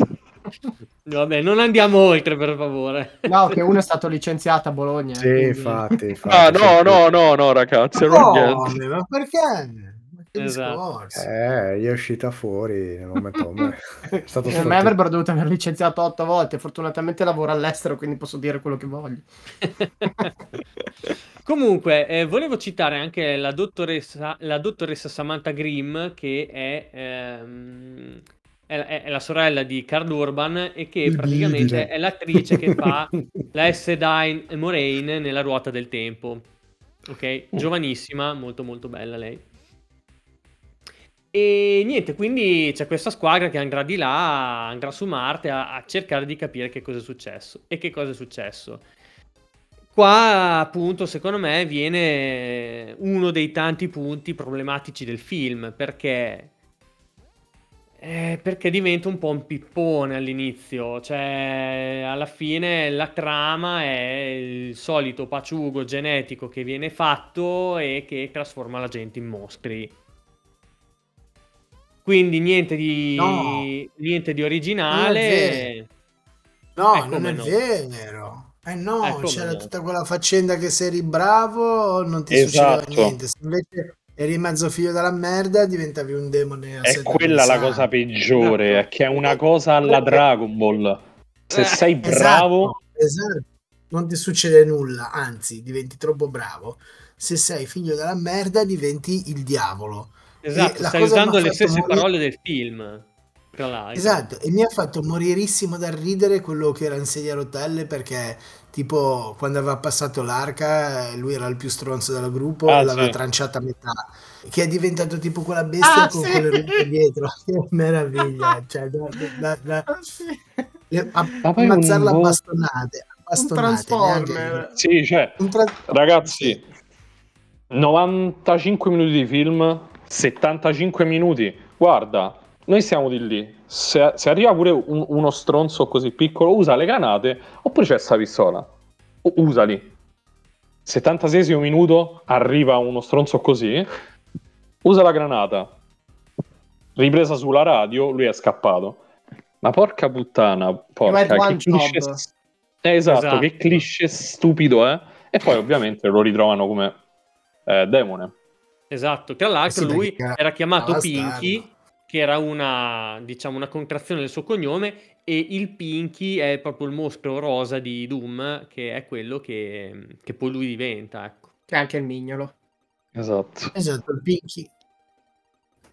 Vabbè, non andiamo oltre, per favore. No, che uno è stato licenziato a Bologna, Sì, quindi... infatti, Ah, infatti. no, sì, no, no, no, ragazzi, ma non niente. come? Ma perché? Ma che Esatto. discorso? Eh, gli è uscita fuori nel momento a me. È stato A me sfortunato. avrebbero dovuto aver licenziato otto volte. Fortunatamente lavoro all'estero, quindi posso dire quello che voglio. Comunque, eh, volevo citare anche la dottoressa, la dottoressa Samantha Grimm, che è, ehm, è, è- è la sorella di Carl Urban e che praticamente Incredibile. è l'attrice che fa la S. Dine Moraine nella Ruota del Tempo. Ok? Giovanissima, molto molto bella lei. E niente, quindi c'è questa squadra che andrà di là, andrà su Marte a, a cercare di capire che cosa è successo. E che cosa è successo? Qua, appunto, secondo me viene uno dei tanti punti problematici del film, perché, eh, perché diventa un po' un pippone all'inizio, cioè alla fine la trama è il solito paciugo genetico che viene fatto e che trasforma la gente in mostri. Quindi niente No, di, niente di non è vero. originale, No, è non come è no, vero. Eh è no, come c'era no. tutta quella faccenda che se eri bravo non ti succedeva Esatto. niente. Se invece eri mezzo figlio della merda diventavi un demone a È sedere di quella la cosa sangue. peggiore, è Esatto. che è una E- cosa alla Perché? Dragon Ball. Se Eh, sei bravo, Esatto, esatto. Non ti succede nulla, anzi, diventi troppo bravo. Se sei figlio della merda diventi il diavolo. E esatto, la stai cosa che mi ha usando le fatto stesse morire... parole del film, tra l'altro. Esatto, e mi ha fatto moririssimo da ridere quello che era in sedia a rotelle perché tipo quando aveva passato l'arca eh, lui era il più stronzo del gruppo e ah l'aveva sì, tranciata a metà, che è diventato tipo quella bestia Ah, con, sì! con le ruote dietro. Che meraviglia, cioè da, da- da- Ah, sì! le- a- ma poi un ammazzarla a boh. bastonate, a Un bastonate, neanche Transformer. Sì, cioè, un tra- sì. ragazzi, novantacinque minuti di film, settantacinque minuti. Guarda, noi siamo di lì. Se, se arriva pure un- uno stronzo così piccolo, usa le granate, oppure c'è sta pistola. U- usali. settantasei minuto, arriva uno stronzo così, usa la granata. Ripresa sulla radio, lui è scappato. Ma porca puttana, You had porca, che one cliché... job. Eh, esatto, che Esatto, cliché stupido è. E poi ovviamente lo ritrovano come eh, demone. esatto. Tra Eh l'altro sì, perché lui era, era era chiamato bastardo. Pinky, che era una, diciamo, una contrazione del suo cognome, e il Pinky è proprio il mostro rosa di Doom, che è quello che, che poi lui diventa, ecco. C'è anche il mignolo. Esatto. Esatto, il Pinky.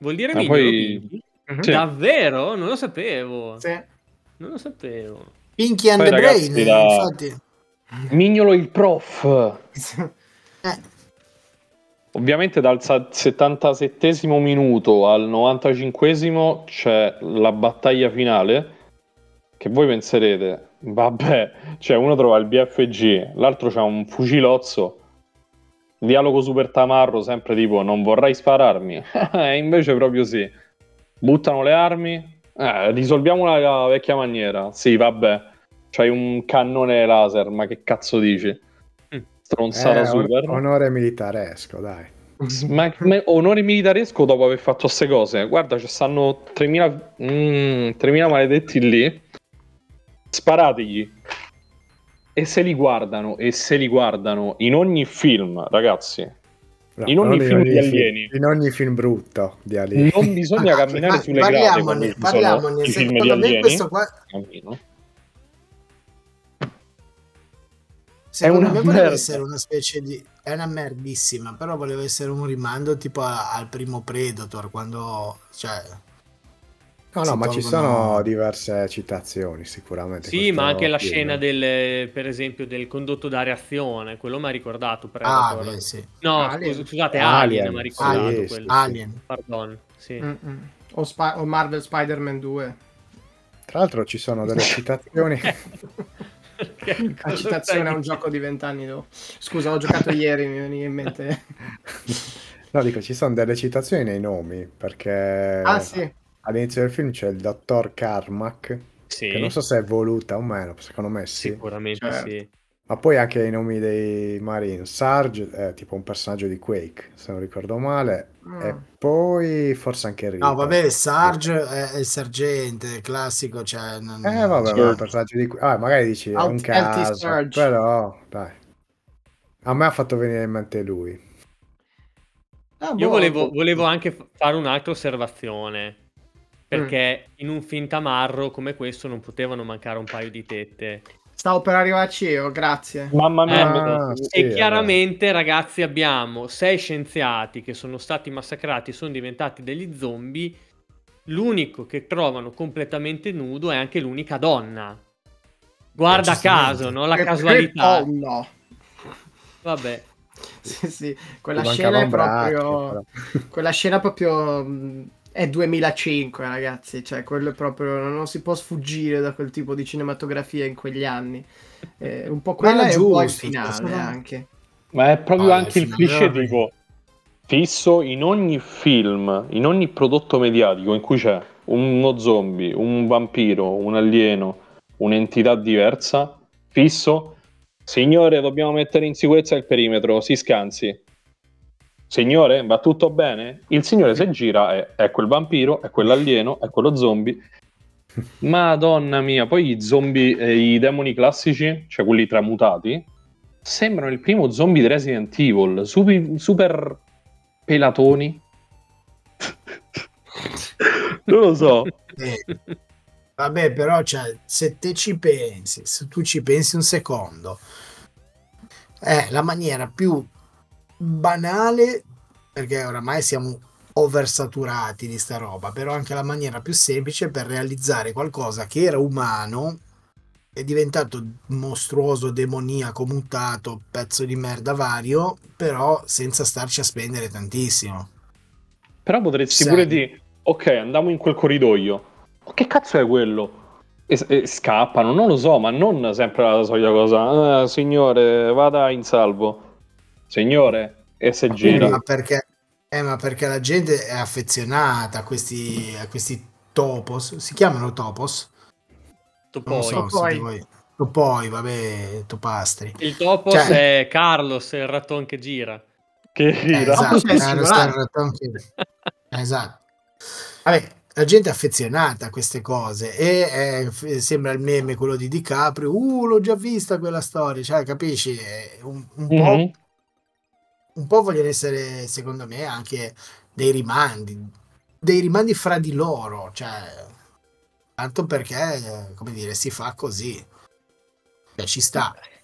Vuol dire Ma mignolo, poi- quindi? Mhm. Sì. Davvero? Non lo sapevo. Sì. Non lo sapevo. Pinky and Poi, the ragazzi, Brain, da- infatti. Mignolo il prof. Eh, Ovviamente dal sa- settantasettesimo minuto al novantacinquesimo c'è la battaglia finale, che voi penserete, vabbè, cioè uno trova il B F G, l'altro c'ha un fucilozzo, dialogo super tamarro, sempre tipo non vorrai spararmi, e invece proprio sì, buttano le armi, eh, risolviamola la vecchia maniera, sì vabbè, c'hai un cannone laser, ma che cazzo dici? Mm. Stronzata Eh, on- super. onore militaresco, dai. Ma, ma onore militaresco dopo aver fatto queste cose. Guarda, ci stanno tremila, mm, tremila maledetti lì. Sparategli. E se li guardano, e se li guardano in ogni film, ragazzi. No, In ogni non film di fi- alieni. in ogni film brutto di alieni. Non bisogna ah, camminare ma- sulle grate quando parliamone, ci sono parliamone. i film di Secondo me alieni. questo qua, Cammino. secondo una me voleva merda. essere una specie di, è una merdissima, però voleva essere un rimando tipo a- al primo Predator, quando, cioè, No, si no, ma ci tolgono- sono diverse citazioni sicuramente. Sì, questo ma anche la film. scena del, per esempio, del condotto da reazione, quello mi ha ricordato Ah, Predator. beh, sì. No, Alien. scusa- scusate, Alien, Alien mi ha ricordato sì, quello. sì, Alien. Pardon, sì. Mm-mm. O, Spi- o Marvel Spider-Man due. Tra l'altro ci sono delle citazioni. Perché La cosa citazione stai a un gioco di vent'anni dopo. Scusa, ho giocato ieri, mi veniva in mente. No, dico, ci sono delle citazioni nei nomi, perché Ah, sì. all'inizio del film c'è il dottor Carmack, Sì, che non so se è voluta o meno, secondo me sì. sicuramente Certo. sì. Ma poi anche i nomi dei Marine. Sarge è tipo un personaggio di Quake, se non ricordo male. Mm. E poi forse anche Reaper. No, vabbè, Sarge è, è il sergente classico, cioè, non- Eh, vabbè, Sì. ma è un personaggio di... Ah, magari dici, è un Alt- Healthy caso, Surge. però, dai. A me ha fatto venire in mente lui. Ah, Io boh. volevo, volevo anche f- fare un'altra osservazione, perché in un film tamarro come questo non potevano mancare un paio di tette. Stavo per arrivarci io, grazie. Mamma mia, Ah, me- sì, E è chiaramente, ragazzi, abbiamo sei scienziati che sono stati massacrati e sono diventati degli zombie. L'unico che trovano completamente nudo è anche l'unica donna. Guarda Eh, giustamente. caso, no? La Che- casualità. che pollo. Vabbè. Sì, sì, quella Ti scena è mancava un braccio, proprio... Quella scena proprio... mh, è duemilacinque, ragazzi. Cioè, quello è proprio... Non si può sfuggire da quel tipo di cinematografia in quegli anni. Eh, un po' quella Ma e un po' il giusto, finale sono- anche. Ma è proprio Ah, anche il il finale cliché era tipo fisso in ogni film, in ogni prodotto mediatico in cui c'è uno zombie, un vampiro, un alieno, un'entità diversa, fisso. Signore, dobbiamo mettere in sicurezza il perimetro, si scansi. Signore, va tutto bene? Il signore si gira e è quel vampiro, è quell'alieno, è quello zombie. Madonna mia, poi i zombie, eh, i demoni classici, cioè quelli tramutati, sembrano il primo zombie di Resident Evil, super, super pelatoni. Non lo so. Eh, vabbè, però cioè, se te ci pensi, se tu ci pensi un secondo, è la maniera più banale, perché oramai siamo oversaturati di sta roba, però anche la maniera più semplice per realizzare qualcosa che era umano, è diventato mostruoso, demoniaco, mutato, pezzo di merda vario, però senza starci a spendere tantissimo. Però potresti Sì. pure dire, ok, andiamo in quel corridoio. Ma che cazzo è quello? E, e scappano, non lo so, ma non sempre la solita cosa. Ah, signore, vada in salvo. Signore, e se gira. Ma perché, eh, ma perché la gente è affezionata a questi, a questi topos, si chiamano topos? Non lo Poi. so, Topoi. siete voi. Topoi, vabbè, topastri. Il topos Cioè- è Carlos, il ratton che gira. Che Eh, gira. esatto, Topos è eh, singolare. lo sta- esatto. Vabbè, la gente è affezionata a queste cose e eh, f- sembra il meme quello di DiCaprio, uh, l'ho già vista quella storia, cioè, capisci? Eh, Un, un po', Mhm. un po' vogliono essere, secondo me, anche dei rimandi, dei rimandi fra di loro, cioè, tanto perché, eh, come dire, si fa così, cioè, ci sta.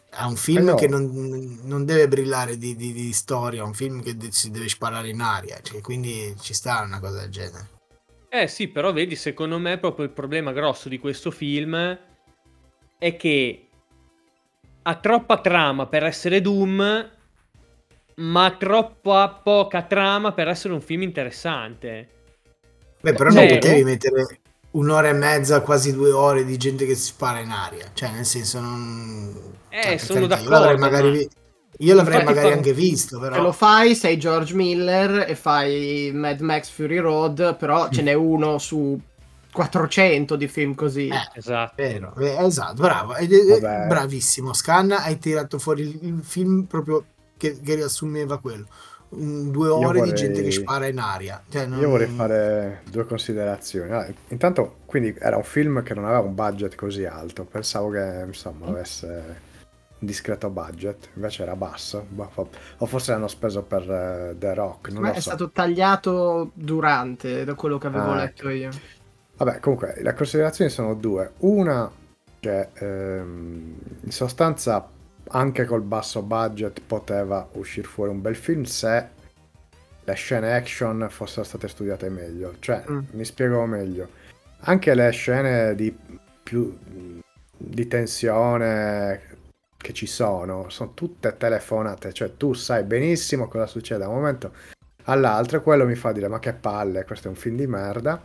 È un film Eh no. che non, non deve brillare di, di- di storia, è un film che de- si deve sparare in aria, cioè, quindi ci sta una cosa del genere. Eh sì, però vedi, secondo me proprio il problema grosso di questo film è che ha troppa trama per essere Doom, ma troppa poca trama per essere un film interessante. Beh, però Cioè- non potevi mettere un'ora e mezza, quasi due ore di gente che si spara in aria, cioè nel senso non... Eh, cioè, per sono carità, io l'avrei d'accordo, magari, ma- vi- io l'avrei Infatti magari fa- anche visto, Se lo però... fai, sei George Miller e fai Mad Max Fury Road, però ce n'è uno su quattrocento di film così. Eh, Esatto. vero, eh, esatto, bravo, ed- ed- Vabbè. bravissimo, Scanna, hai tirato fuori il, il film proprio che, che riassumeva quello. Un- due ore vorrei- di gente che spara in aria. Cioè, non- Io vorrei fare due considerazioni. Ah, intanto, quindi era un film che non aveva un budget così alto. Pensavo che, insomma, avesse un discreto budget, invece era basso. Boh, fa- O forse l'hanno speso per eh, The Rock, non Ma lo è so. stato tagliato durante, da quello che avevo Ah, letto ecco. io. Vabbè, comunque, le considerazioni sono due. Una, che ehm, in sostanza, anche col basso budget poteva uscire fuori un bel film se le scene action fossero state studiate meglio. Cioè, Mm. mi spiego meglio. Anche le scene di più di tensione che ci sono, sono tutte telefonate. Cioè, tu sai benissimo cosa succede da un momento all'altro e quello mi fa dire, ma che palle, questo è un film di merda.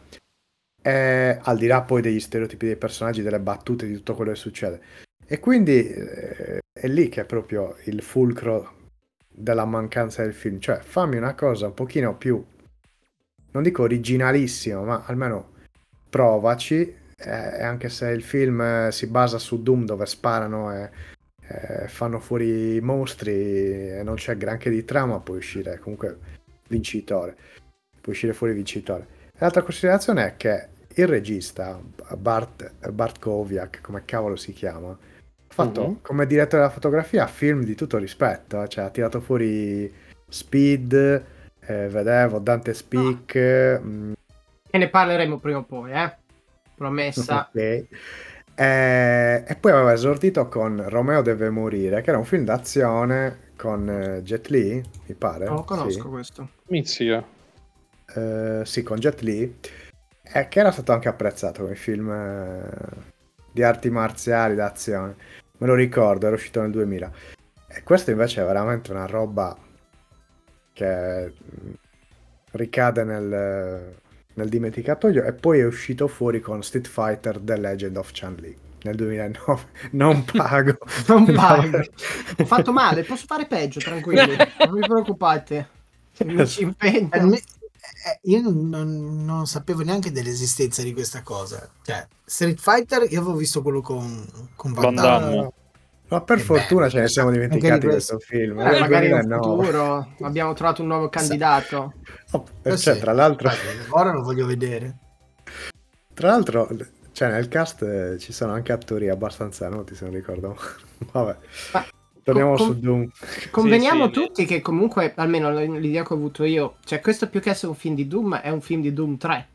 E al di là poi degli stereotipi dei personaggi, delle battute, di tutto quello che succede. E quindi eh, è lì che è proprio il fulcro della mancanza del film. Cioè, fammi una cosa un pochino più, non dico originalissima, ma almeno provaci. E anche se il film eh, si basa su Doom, dove sparano e eh, fanno fuori i mostri e non c'è granché di trama, puoi uscire comunque vincitore. Puoi uscire fuori vincitore. E l'altra considerazione è che il regista, Bart, Bart Kowiak, come cavolo si chiama, ha fatto Mhm. come direttore della fotografia film di tutto rispetto, eh, cioè ha tirato fuori Speed, eh, vedevo Dante Speak, mm, E ne parleremo prima o poi, eh. Promessa. ok. Eh, e poi aveva esordito con Romeo deve morire, che era un film d'azione con eh, Jet Li, mi pare. Non lo conosco Sì. questo. Mizzica. Eh, sì, con Jet Li, e che era stato anche apprezzato come film eh, di arti marziali d'azione. Me lo ricordo, era uscito nel duemila. E questo invece è veramente una roba che mh, ricade nel, nel dimenticatoio, e poi è uscito fuori con Street Fighter The Legend of Chun-Li nel duemilanove. Non pago. Non pago. Ho fatto male, posso fare peggio, tranquilli. Non vi preoccupate. Mi ci Eh, impegno. mi- eh, io non, non- non sapevo neanche dell'esistenza di questa cosa. Cioè, Street Fighter, io avevo visto quello con, con Van Van Damme. Damme. Ma per Che fortuna bello, ce ne siamo anche di dimenticati di questo. questo film. Eh, nel magari in duemilanove. futuro abbiamo trovato un nuovo candidato. Oh, Eh cioè, sì, tra l'altro, infatti, ora lo voglio vedere. tra l'altro, cioè, nel cast eh, ci sono anche attori abbastanza noti, se non ricordo. Vabbè, Ma torniamo com- su Doom. Conveniamo Sì, sì, tutti che comunque, almeno l'idea che ho avuto io, cioè questo più che essere un film di Doom è un film di Doom tre.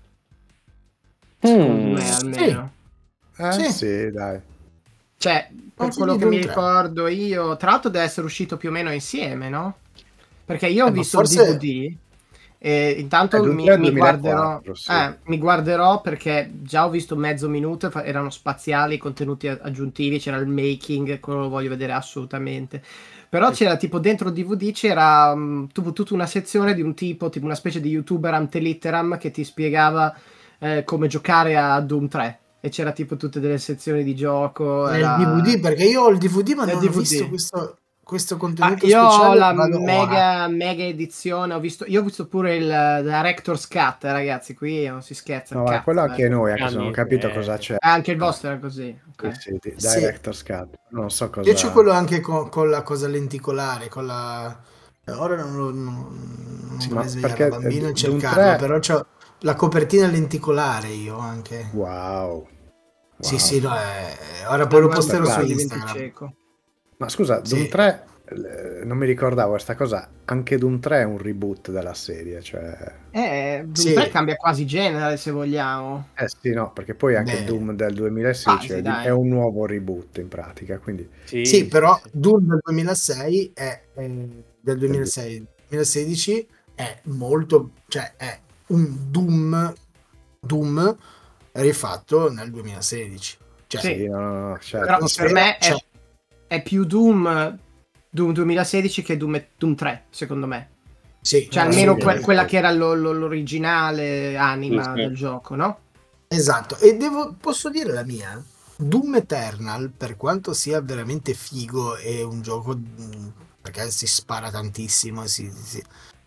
Secondo Mm. me almeno. Eh Sì. sì, dai. Cioè, per Un film quello di che Doom mi tre. ricordo io, tra l'altro deve essere uscito più o meno insieme, no? Perché io ho Eh, ma visto forse- il D V D e intanto Eh, Doom mi, tre mi guarderò, duemilaquattro, sì. eh, mi guarderò perché già ho visto mezzo minuto, e fa- erano spaziali, contenuti a- aggiuntivi, c'era il making, quello lo voglio vedere assolutamente. Però c'era tipo dentro il D V D c'era mh, tu- tutta una sezione di un tipo, tipo una specie di youtuber ante litteram che ti spiegava eh, come giocare a Doom tre. E c'era tipo tutte delle sezioni di gioco. Nel era- D V D, perché io ho il D V D, ma Nel non D ho V D. visto questo, questo Ah, contenuto io ho speciale. la vado ora. mega, mega edizione, ho visto, io ho visto pure il Director's Cut, ragazzi, qui non si scherza. No, il ma cazzo, quello eh. anche noi, anche se non ho Porca capito miseria. cosa c'è. Ah, anche il vostro era così. ok. Sì, sì, di- Sì. Director's Cut. Non so cosa. Io c'ho quello anche con, con la cosa lenticolare, con la... Ora non, lo- non, non Sì, vorrei ma svegliare perché, la bambina eh, e Doom cercarlo, tre però c'ho la copertina lenticolare io anche. Wow. Sì, Wow. sì, no, eh, ora poi lo Guarda, posterò guarda, su diventi Instagram. cieco. Ma scusa, Doom Sì. tre, eh, non mi ricordavo questa cosa, anche Doom tre è un reboot della serie, cioè... Eh, Doom Sì. tre cambia quasi genere, se vogliamo. Eh sì, no, perché poi anche Beh, Doom del duemilasedici quasi, è, di- dai. è un nuovo reboot in pratica, quindi... Sì, sì, sì, però sì. Doom del duemilasei è, è del duemilasei duemilasedici è molto, cioè è un Doom Doom rifatto nel duemilasedici. Cioè, Sì. Sì, no, no, no, certo. Però per me è, Cioè, è più Doom, Doom duemilasedici che Doom, Doom tre, secondo me. sì, Cioè Eh, almeno sì, que- sì. quella che era lo- lo- l'originale anima Sì, sì. del gioco, no? esatto. E devo, posso dire la mia? Doom Eternal, per quanto sia veramente figo e un gioco mh, perché si spara tantissimo, si, si-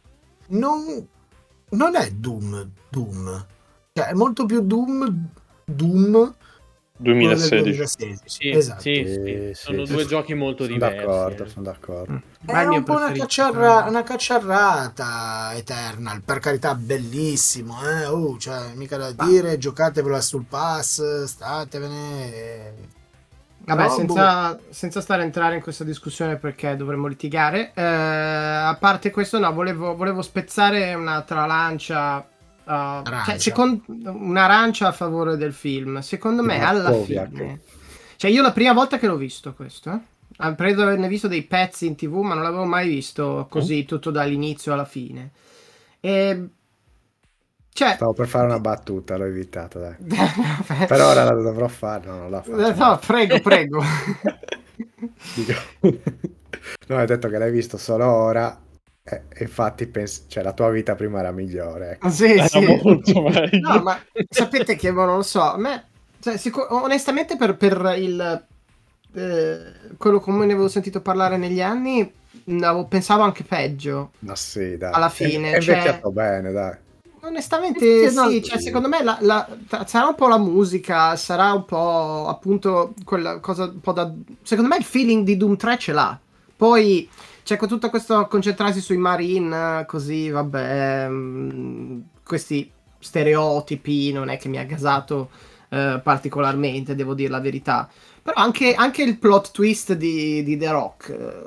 non, non è Doom Doom. Cioè, è molto più Doom Doom quello del duemilasedici. duemilasedici. Sì, Esatto. sì, Sì, sì. sì, Sono sì, due sì. giochi molto Sono diversi. d'accordo, eh. sono d'accordo. Mm. È Ma il mio un po' una, preferito, cacciarra- una cacciarrata Eternal, per carità, bellissimo, eh? Uh, cioè, mica da Ma- dire, giocatevela sul pass, statevene. eh. Vabbè, Però, boh, senza, senza stare a entrare in questa discussione perché dovremmo litigare, eh, a parte questo, no, volevo, volevo spezzare un'altra lancia, uh, cioè, arancia. secon- un'arancia a favore del film. Secondo Di me, alla Markoviak. fine, cioè, io la prima volta che l'ho visto questo, eh, ah, credo di averne visto dei pezzi in tivù, ma non l'avevo mai visto così tutto dall'inizio alla fine. E, cioè, Stavo per fare una battuta, l'ho evitata, dai. Per ora la dovrò fare, no, non la faccio. no, prego, prego. Dico- No, hai detto che l'hai visto solo ora, e e infatti pensi, cioè, la tua vita prima era migliore, ecco. Sì, Era sì. molto meglio. No, ma sapete che, boh, non lo so, a me, cioè, sicur- onestamente per, per il, eh, quello come ne avevo sentito parlare negli anni, mh, avevo- pensavo anche peggio, Ma sì, dai. alla È, fine, è cioè, invecchiato bene, dai. onestamente Sì, no, sì, cioè, secondo me la- la- tra- sarà un po' la musica, sarà un po' appunto quella cosa un po' da... Secondo me il feeling di Doom tre ce l'ha, poi c'è con tutto questo concentrarsi sui Marine, così, vabbè, mm, questi stereotipi, non è che mi ha gasato eh, particolarmente, devo dire la verità. Però anche, anche il plot twist di, di The Rock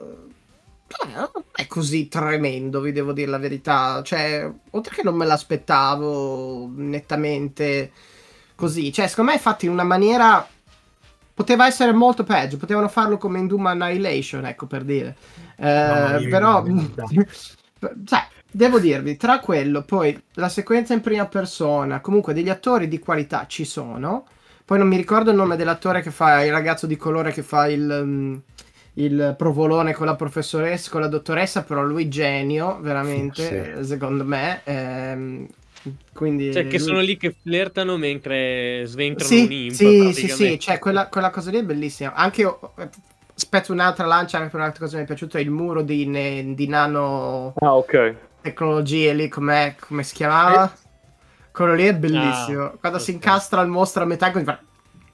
eh, non è così tremendo, vi devo dire la verità. Cioè, oltre che non me l'aspettavo nettamente così. Cioè, secondo me è fatto in una maniera... Poteva essere molto peggio, potevano farlo come in Doom Annihilation, ecco, per dire. Eh, Mamma mia, però, che merda. sai, devo dirvi, tra quello, poi la sequenza in prima persona, comunque degli attori di qualità ci sono. Poi non mi ricordo il nome dell'attore che fa il ragazzo di colore che fa il, um, il provolone con la professoressa, con la dottoressa, però lui genio, veramente, Sì. secondo me. Ehm, quindi Cioè, che lui- sono lì che flirtano mentre sventrano un sì, imp, sì, sì, praticamente. sì, cioè quella, quella cosa lì è bellissima. Anche, eh, aspetto un'altra lancia, anche per un'altra cosa che mi è piaciuto, è il muro di, ne- di nano Ah, ok. tecnologie lì, com'è, come si chiamava? Quello lì è bellissimo. Ah, Quando si ok. incastra il mostro a metà, così fa...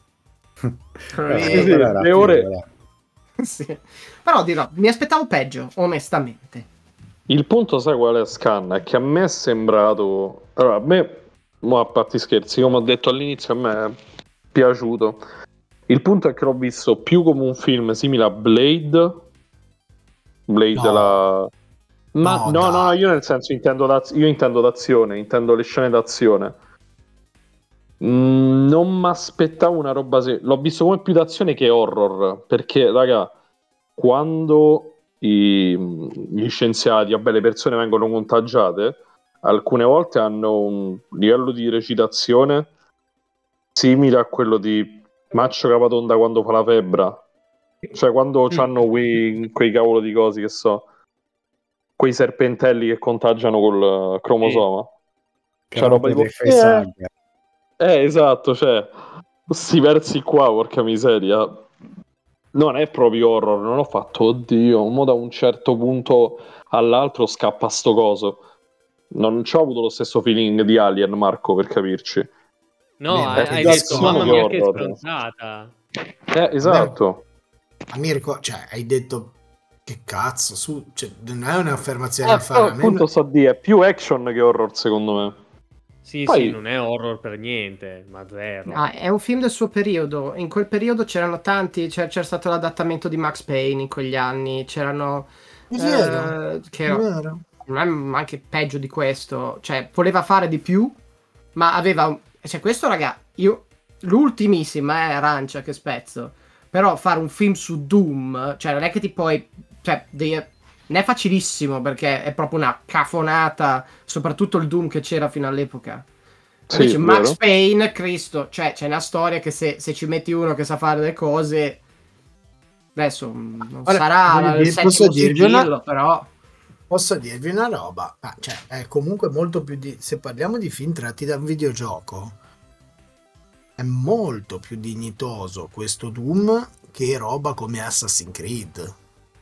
Quello Eh, lì- Sì, sì, quello era le figo, ore- dai. Sì. Però dirò, mi aspettavo peggio, onestamente. Il punto, sai qual è, Scan? È che a me è sembrato... Allora, a me, mo a parte i scherzi, come ho detto all'inizio, a me è piaciuto. Il punto è che l'ho visto più come un film simile a Blade. Blade No. la... Ma No, no, no, no, dai. io nel senso intendo, d'az- io intendo d'azione, intendo le scene d'azione. Mm, non mi aspettavo una roba... Se... L'ho visto come più d'azione che horror, perché, raga, quando i- gli scienziati, vabbè, le persone vengono contagiate, alcune volte hanno un livello di recitazione simile a quello di Maccio Capatonda quando fa la febbre, cioè quando Mm. hanno quei, quei cavolo di cosi che so, quei serpentelli che contagiano col eh, cromosoma. Che Cioè, roba roba tipo, dei facehugger. eh, esatto, cioè, questi versi qua, porca miseria. Non è proprio horror, non ho fatto, oddio, mo da un certo punto all'altro scappa sto coso. Non ci ho avuto lo stesso feeling di Alien, Marco, per capirci. No, Beh, ma hai, È hai più detto, azione mamma che mia, che horror. stronzata. Eh, esatto. A Mirko, cioè, hai detto che cazzo, su, cioè, non è un'affermazione Eh, da fare. però A me appunto sto a dire, è più action che horror, secondo me. Sì, Poi- sì, non è horror per niente, ma zero. Ah, è un film del suo periodo. In quel periodo c'erano tanti. C'era, c'era stato l'adattamento di Max Payne in quegli anni. C'erano. È vero, eh, che è vero. non è anche peggio di questo. Cioè, voleva fare di più, ma aveva. un- Cioè, questo, raga, io. L'ultimissima è Arancia che spezzo. Però fare un film su Doom, cioè, non è che ti puoi. Cioè, devi- non è facilissimo perché è proprio una cafonata. Soprattutto il Doom che c'era fino all'epoca. Sì, Invece Max vero. Payne, Cristo, cioè c'è una storia che se, se ci metti uno che sa fare le cose, adesso mm, non Ora, sarà voglio il dire, settimo posso dirvi una- sigillo, però Posso dirvi una roba, ah, cioè, è comunque molto più di... Se parliamo di film tratti da un videogioco, è molto più dignitoso questo Doom che roba come Assassin's Creed.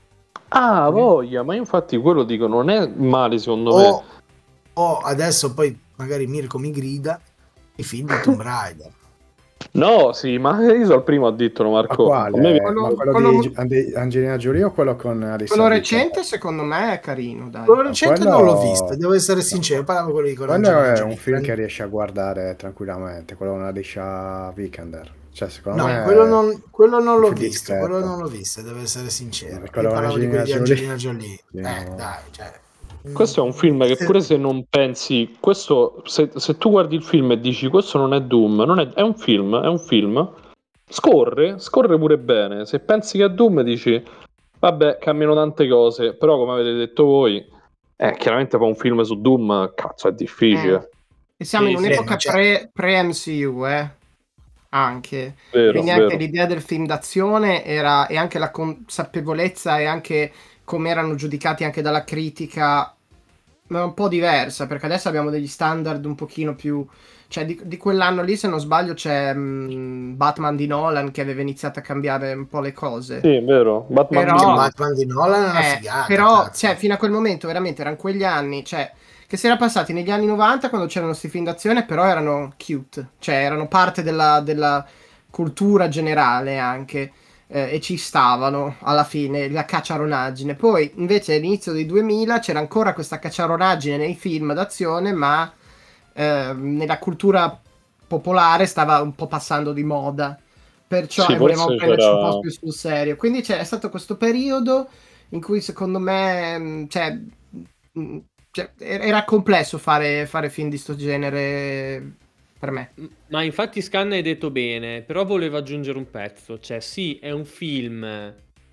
Ah, voglia, ma infatti quello dico, non è male secondo me. O, o adesso poi magari Mirko mi grida, i film di Tomb Raider. No, sì, ma io sono il primo a dirtelo, Ma Marco. A me- quale? Quello- Ma quello, quello- di Ange- Angelina Jolie o quello con Alice quello Vikander? recente secondo me è carino, dai. Quello recente quello- non l'ho visto, devo essere sincero, parlavo con quelli con Quello Angelina è Jolie. un film che riesci a guardare tranquillamente, quello con Alicia Vikander. Cioè, secondo No, me quello non, quello non un l'ho film visto, discreto. quello non l'ho visto, devo essere sincero. Io Quello con parlavo di quelli di Angelina Angelina Jolie. Sì, Eh, no. dai, cioè... Questo è un film che Se- pure se non pensi, questo, se, se tu guardi il film e dici questo non è Doom, non è, è un film, è un film, scorre, scorre pure bene. Se pensi che è Doom dici, vabbè, cambiano tante cose, però come avete detto voi, eh, chiaramente poi un film su Doom, cazzo, è difficile. E siamo Sì, in sì. un'epoca Eh, ma c'è- pre, pre-M C U, eh. Anche. Vero, Quindi anche vero. l'idea del film d'azione era, e anche la consapevolezza e anche come erano giudicati anche dalla critica ma è un po' diversa, perché adesso abbiamo degli standard un pochino più... Cioè, di, di quell'anno lì, se non sbaglio, c'è mm, Batman di Nolan che aveva iniziato a cambiare un po' le cose. Sì, è vero. Batman Però- Minchia, Begins. Batman di Nolan è una Eh, figata, però, cazzo. cioè, fino a quel momento, veramente, erano quegli anni, cioè, che si era passati negli anni novanta, quando c'erano questi film d'azione, però erano cute. Cioè, erano parte della, della cultura generale anche. eh, e ci stavano alla fine la cacciaronaggine. Poi invece all'inizio dei duemila c'era ancora questa cacciaronaggine nei film d'azione, ma eh, nella cultura popolare stava un po' passando di moda. Perciò Sì, e volevamo forse prenderci un c'era- po' più sul serio. Quindi c'è è stato questo periodo in cui secondo me mh, cioè, mh, cioè, era complesso fare, fare film di sto genere per me. M- Ma infatti Scan hai detto bene, però volevo aggiungere un pezzo, cioè sì, è un film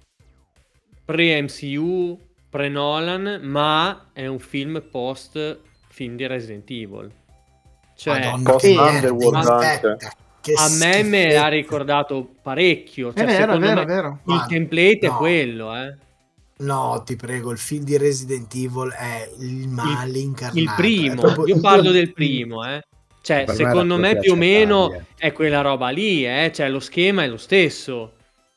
pre-M C U, pre-Nolan, ma è un film post film di Resident Evil. Cioè, Madonna, Post che Underworld merda, anche. aspetta, che a me me schifezza. l'ha ricordato parecchio, È cioè vero, è secondo vero, me è vero. il Ma template è no. quello, eh. No, ti prego, il film di Resident Evil è il male incarnato. Il è primo, proprio- io parlo del primo, eh. Cioè, Per me secondo era me proprio più o meno accettabile. è quella roba lì, eh. Cioè, lo schema è lo stesso.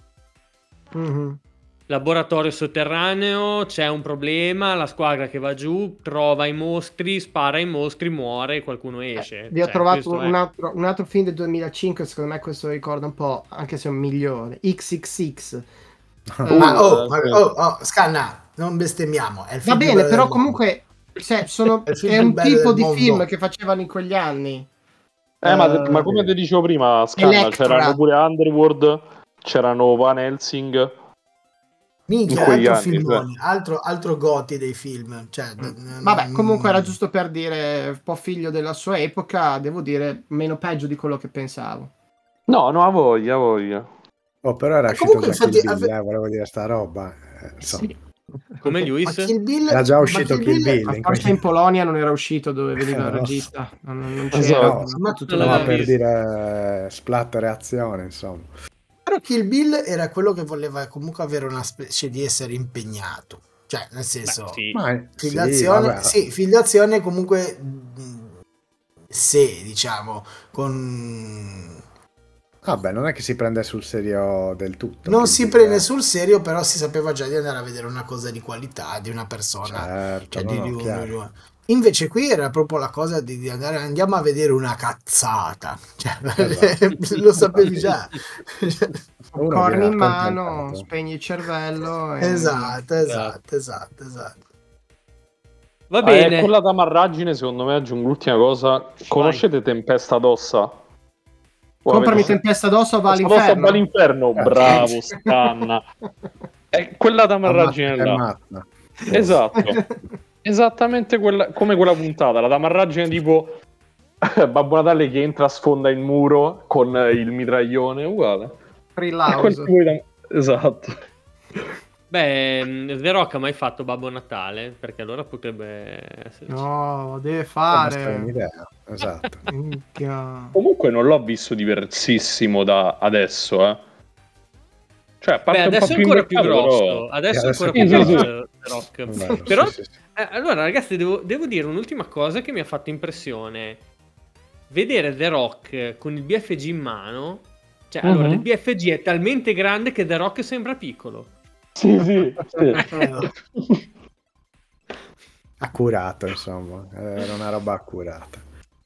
Mhm. Laboratorio sotterraneo, c'è un problema, la squadra che va giù, trova i mostri, spara ai mostri, muore e qualcuno esce. Eh, vi ho Cioè, trovato questo è. un altro, un altro film del duemilacinque, secondo me questo ricorda un po', anche se è un migliore, X X X. Uh, Ma oh, ma- eh, oh, oh, Scanna, non bestemmiamo. È il Va film più bene, bello però del mondo. comunque cioè, sono- È il film è più un bello tipo del di mondo. film che facevano in quegli anni. Eh, ma, Eh, ma come ti dicevo prima, Scanna, Electra. c'erano pure Underworld, c'erano Van Helsing. Minchia, in quegli altro anni, filmone, altro, altro goti dei film. Cioè, Mm. Vabbè, comunque era mm, giusto per dire un po' figlio della sua epoca, devo dire meno peggio di quello che pensavo. No, no, ha voglia, ha voglia. Oh, però era Ma uscito comunque, già Kill infatti, Bill, ave- eh, volevo dire sta roba. eh, insomma. Come Ma Lewis? Kill Bill, Era già ma uscito Kill Kill Bill- Bill. Ma in forse quegli- in Polonia non era uscito dove veniva il No. regista, non, non Esatto. c'era. No, non ha ma- potuto non No, ma l'avevi per vedere. dire eh, splatter e azione, insomma. Però Kill Bill era quello che voleva comunque avere una specie di essere impegnato. Cioè, nel senso, Beh, sì. Ma film sì, d'azione, vabbè. sì, film d'azione comunque mh, se, diciamo, con... Vabbè, non è che si prende sul serio del tutto. Non Kill si Bill, prende eh. sul serio, però si sapeva già di andare a vedere una cosa di qualità, di una persona. Certo, Cioè, no, di, no, di un- chiaro. di un- Invece qui era proprio la cosa di, di andare, andiamo a vedere una cazzata. Cioè, Esatto. lo sapevi già. Uno Corni viene in mano, accontentato. spegni il cervello. E... Esatto, esatto, esatto, esatto. Va Ah, bene. eh, con la tamarragine, secondo me, aggiungo l'ultima cosa. Conoscete Tempesta d'Ossa? O Comprami avete- Tempesta d'Osso va Tempesta d'Ossa va all'inferno. all'inferno? Bravo, Scanna. È quella tamarragine Ammazza, là. ammazza. Esatto. Esattamente quella, come quella puntata. La tamarragine tipo Babbo Natale che entra, sfonda il muro con il mitraglione. Uguale. Free È quel House. tipo di tam- Esatto. Beh, mh, The Rock ha mai fatto Babbo Natale? Perché allora potrebbe esserci. No, deve Potrebbe essere fare. un'idea, esatto. Minchia. Comunque non l'ho visto diversissimo da adesso, eh. Cioè, a Beh, parte un po' adesso è più ancora più invecchiato, però... grosso. Adesso è adesso ancora è più più grosso grosso. The Rock. Vero, Però, sì, sì, sì. eh, allora, ragazzi, devo, devo dire un'ultima cosa che mi ha fatto impressione. Vedere The Rock con il B F G in mano. Cioè, allora, Mhm. il B F G è talmente grande che The Rock sembra piccolo. Sì, sì, sì. Accurato, insomma, era una roba accurata.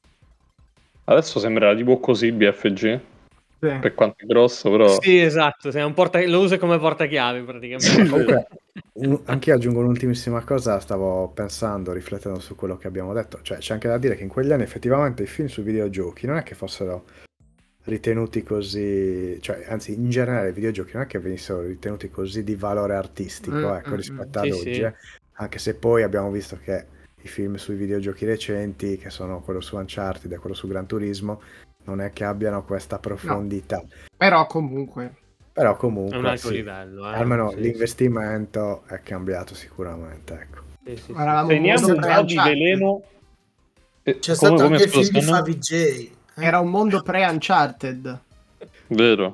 Adesso sembrerà tipo così il B F G, Sì. per quanto è grosso, però... Sì, esatto. Sei un porta- lo usa come portachiavi praticamente. Sì, sì. Comunque, un- anche io aggiungo un'ultimissima cosa, stavo pensando, riflettendo su quello che abbiamo detto, cioè c'è anche da dire che in quegli anni effettivamente i film sui videogiochi non è che fossero ritenuti così, cioè anzi in generale i videogiochi non è che venissero ritenuti così di valore artistico, Mm, ecco, mm, rispetto mm. ad Sì, oggi, sì. eh. Anche se poi abbiamo visto che i film sui videogiochi recenti, che sono quello su Uncharted e quello su Gran Turismo, non è che abbiano questa profondità. Però comunque. Però È un comunque alto sì, livello. Eh? almeno Sì, sì. l'investimento è cambiato sicuramente, ecco. Sì, sì, sì. Eravamo un Teniamo mondo un po' di pre-Uncharted. veleno... Eh, C'è come, stato come, anche il scusa, film di no? Favi J. eh? Era un mondo pre-Uncharted. Vero.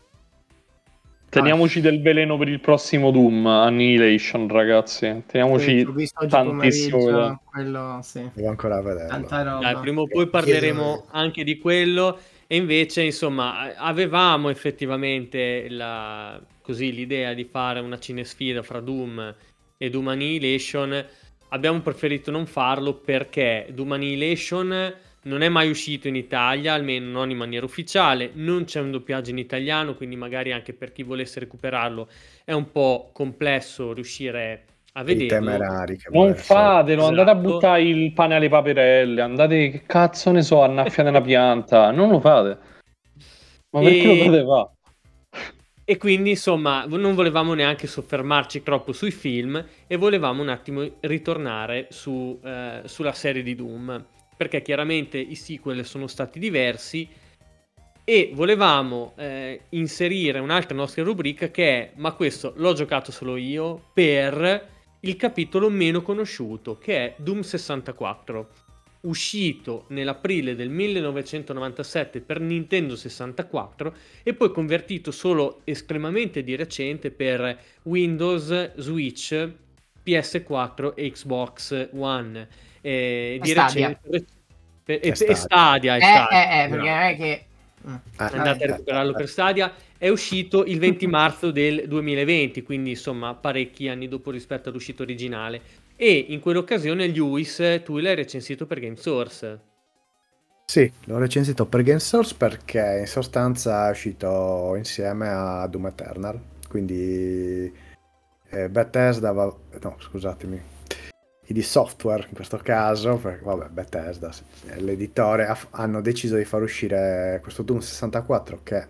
Teniamoci del veleno per il prossimo Doom, Annihilation, ragazzi. Sì, Teniamoci l'ho visto oggi tantissimo veleno. pomeriggio. Quello, sì. Devo ancora vederlo. Tanta Dai, roba. prima o poi parleremo anche di quello. E invece, insomma, avevamo effettivamente la, così, l'idea di fare una cinesfida fra Doom e Doom Annihilation. Abbiamo preferito non farlo perché Doom Annihilation non è mai uscito in Italia, almeno non in maniera ufficiale. Non c'è un doppiaggio in italiano, quindi magari anche per chi volesse recuperarlo è un po' complesso riuscire a I vederlo. temerari che Non vuole essere. fatelo, andate a Esatto. buttare il pane alle paperelle, andate, che cazzo ne so, annaffiate una pianta, non lo fate. Ma perché lo E- dovete fare? E quindi, insomma, non volevamo neanche soffermarci troppo sui film e volevamo un attimo ritornare su, eh, sulla serie di Doom, perché chiaramente i sequel sono stati diversi e volevamo eh, inserire un'altra nostra rubrica che è "Ma questo l'ho giocato solo io", per il capitolo meno conosciuto, che è Doom sessantaquattro, uscito nell'aprile del millenovecentonovantasette per Nintendo sessantaquattro e poi convertito solo estremamente di recente per Windows, Switch, P S quattro e Xbox One. Eh, E di Stadia. recente e, e- E e Stadia. Stadia, e Eh, Stadia, eh, eh, perché esatto. non è che... Mm. Ah, Andate a eh, recuperarlo eh, per Stadia. È uscito il venti marzo del duemilaventi, quindi insomma parecchi anni dopo rispetto all'uscita originale. E in quell'occasione Lewis, tu l'hai recensito per GameSource. Sì, l'ho recensito per GameSource perché in sostanza è uscito insieme a Doom Eternal, quindi eh, Bethesda, va- no scusatemi, i di Software in questo caso, perché vabbè Bethesda, sì, l'editore, ha- hanno deciso di far uscire questo Doom sessantaquattro che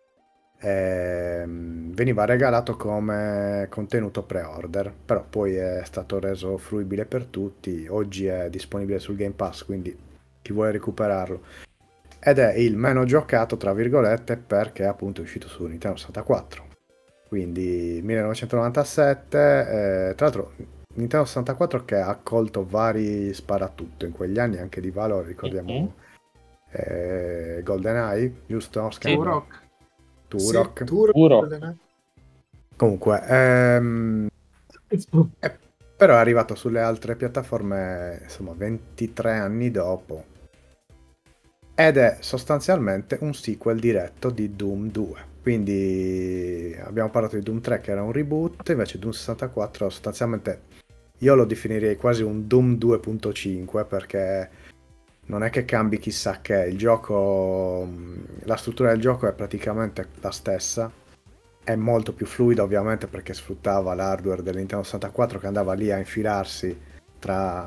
ehm, veniva regalato come contenuto pre-order, però poi è stato reso fruibile per tutti, oggi è disponibile sul Game Pass, quindi chi vuole recuperarlo. Ed è il meno giocato, tra virgolette, perché appunto è uscito su Nintendo sessantaquattro. Quindi millenovecentonovantasette, eh, tra l'altro Nintendo sessantaquattro che ha accolto vari sparatutto in quegli anni, anche di valore, ricordiamo Mhm. eh, GoldenEye, giusto? Sì. Scambio. Turok. Turok. Sì, Turok. Turok. Comunque, ehm, eh, però è arrivato sulle altre piattaforme, insomma, ventitré anni dopo. Ed è sostanzialmente un sequel diretto di Doom due. Quindi abbiamo parlato di Doom tre che era un reboot, invece Doom sessantaquattro sostanzialmente io lo definirei quasi un Doom due punto cinque perché non è che cambi chissà che, il gioco, la struttura del gioco è praticamente la stessa, è molto più fluida ovviamente perché sfruttava l'hardware del Nintendo sessantaquattro che andava lì a infilarsi tra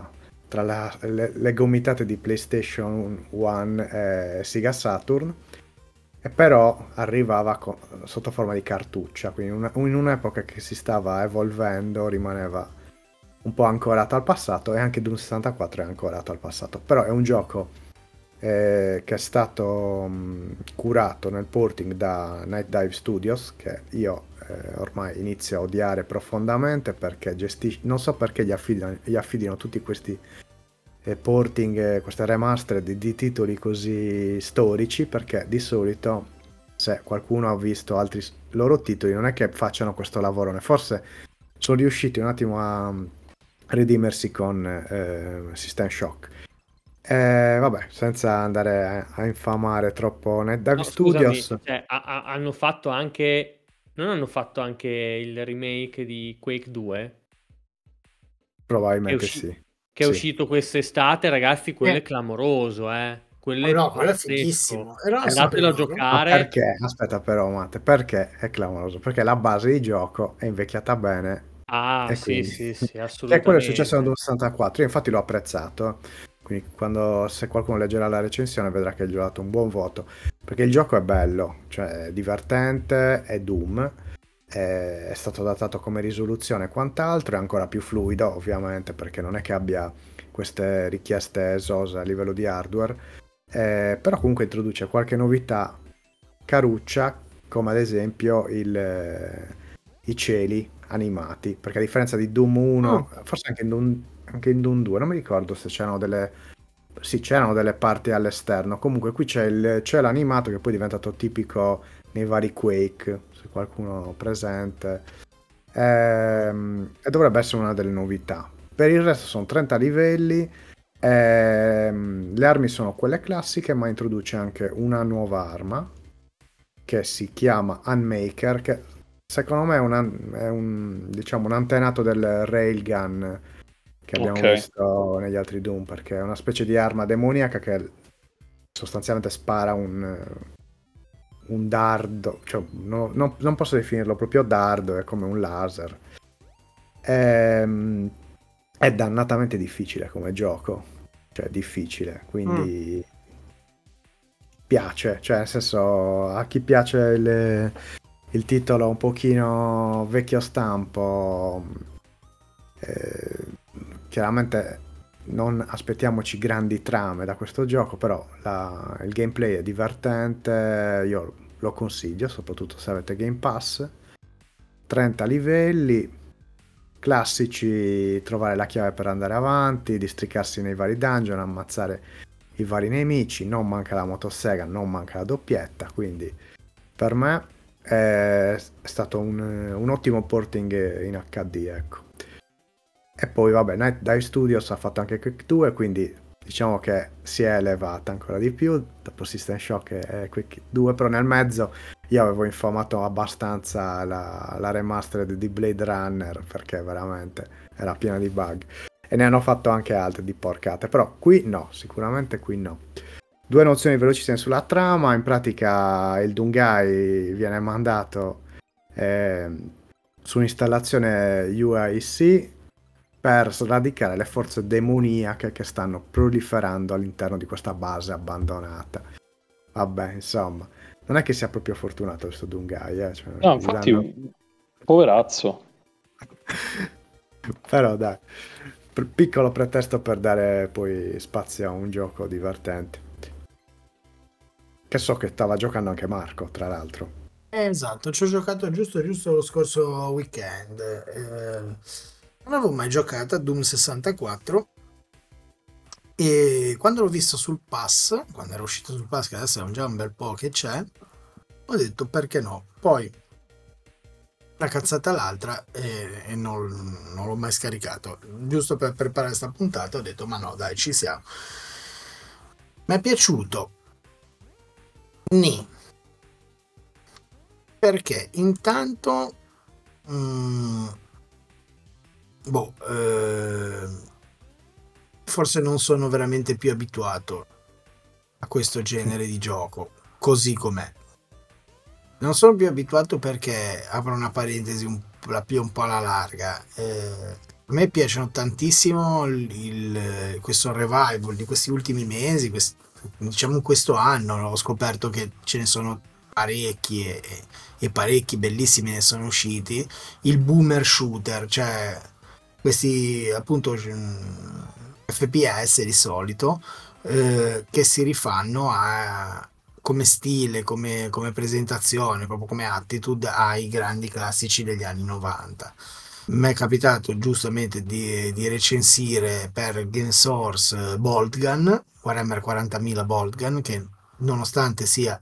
tra la- le, le gomitate di PlayStation uno e Sega Saturn, e però arrivava co- sotto forma di cartuccia, quindi una- in un'epoca che si stava evolvendo rimaneva un po' ancorato al passato, e anche Doom sessantaquattro è ancorato al passato, però è un gioco eh, che è stato mh, curato nel porting da Night Dive Studios, che io eh, ormai inizio a odiare profondamente, perché gestisce, non so perché gli affidino, gli affidino tutti questi eh, porting, eh, queste remastered di, di titoli così storici, perché di solito, se qualcuno ha visto altri s- loro titoli, non è che facciano questo lavoro, forse sono riusciti un attimo a mm, redimersi con eh, System Shock. Eh, vabbè, senza andare a, a infamare troppo Night Dive No, scusami, Studios, cioè, ha- ha- hanno fatto anche, non hanno fatto anche il remake di Quake due? Che è, probabilmente usci- sì. che è Sì. uscito quest'estate, ragazzi, quello è Eh, clamoroso, eh. Quello oh è no, quello è pazzesco. fighissimo. E non lo Andatelo a sapevo. Ma giocare. perché? Aspetta però, Matte, perché è clamoroso? Perché la base di gioco è invecchiata bene, Ah, e sì, quindi sì, sì, che è quello che è successo nel assolutamente. sessantaquattro. Io infatti l'ho apprezzato, quindi quando, se qualcuno leggerà la recensione vedrà che gli ho dato un buon voto, perché il gioco è bello, cioè è divertente, è Doom, è, è stato adattato come risoluzione e quant'altro, è ancora più fluido ovviamente, perché non è che abbia queste richieste esose a livello di hardware, eh, però comunque introduce qualche novità caruccia, come ad esempio il, eh, i cieli animati, perché a differenza di Doom Mm. uno, forse anche in Doom, anche in Doom due, non mi ricordo se c'erano delle, sì, c'erano delle parti all'esterno, comunque qui c'è il cielo animato che poi è diventato tipico nei vari Quake, se qualcuno è presente, ehm, e dovrebbe essere una delle novità. Per il resto sono trenta livelli. Ehm, le armi sono quelle classiche, ma introduce anche una nuova arma che si chiama Unmaker, che secondo me è, una- è un, diciamo, un antenato del railgun che abbiamo Ok. visto negli altri Doom, perché è una specie di arma demoniaca che sostanzialmente spara un, un dardo, cioè, no- non, non posso definirlo proprio dardo, è come un laser. Ehm, è dannatamente difficile come gioco, cioè difficile, Mm. quindi piace, cioè nel senso, a chi piace il, il titolo un pochino vecchio stampo, eh, chiaramente non aspettiamoci grandi trame da questo gioco, però la- il gameplay è divertente, io lo consiglio, soprattutto se avete Game Pass. trenta livelli classici, trovare la chiave per andare avanti, districarsi nei vari dungeon, ammazzare i vari nemici, non manca la motosega, non manca la doppietta, quindi per me è stato un, un ottimo porting in acca di, ecco. E poi vabbè, Night Dive Studios ha fatto anche Quake due, quindi diciamo che si è elevata ancora di più dopo System Shock e e Quake due, però nel mezzo io avevo infamato abbastanza la, la remastered di Blade Runner, perché veramente era piena di bug, e ne hanno fatto anche altre di porcate, però qui no, sicuramente qui no. Due nozioni velocissime sulla trama: in pratica il Dungai viene mandato eh, su un'installazione U I C per sradicare le forze demoniache che stanno proliferando all'interno di questa base abbandonata. Vabbè, insomma, non è che sia proprio fortunato questo Dungai, eh? Cioè, No, gli danno... infatti, poverazzo. Però dai, p- piccolo pretesto per dare poi spazio a un gioco divertente. Che so che stava giocando anche Marco, tra l'altro. Eh, Esatto, ci ho giocato giusto giusto lo scorso weekend. Eh, non avevo mai giocato a Doom sessantaquattro e quando l'ho visto sul pass, quando era uscito sul pass, che adesso è già un bel po' che c'è, ho detto perché no. Poi una cazzata l'altra e, e non, non l'ho mai scaricato. Giusto per preparare questa puntata ho detto ma no dai, ci siamo. Mi è piaciuto. Nì. Perché intanto mm, boh, eh, forse non sono veramente più abituato a questo genere di gioco, così com'è. Non sono più abituato perché, apro una parentesi un, la più un po' alla larga, eh, A me piacciono tantissimo il, il- questo revival di questi ultimi mesi, quest- diciamo in questo anno ho scoperto che ce ne sono parecchi e, e parecchi bellissimi ne sono usciti. Il boomer shooter, cioè questi appunto mm, F P S di solito eh, che si rifanno a, come stile, come, come presentazione, proprio come attitude ai grandi classici degli anni novanta. Mi è capitato giustamente di, di recensire per GameSource eh, Boltgun, Warhammer quarantamila Boltgun, che nonostante sia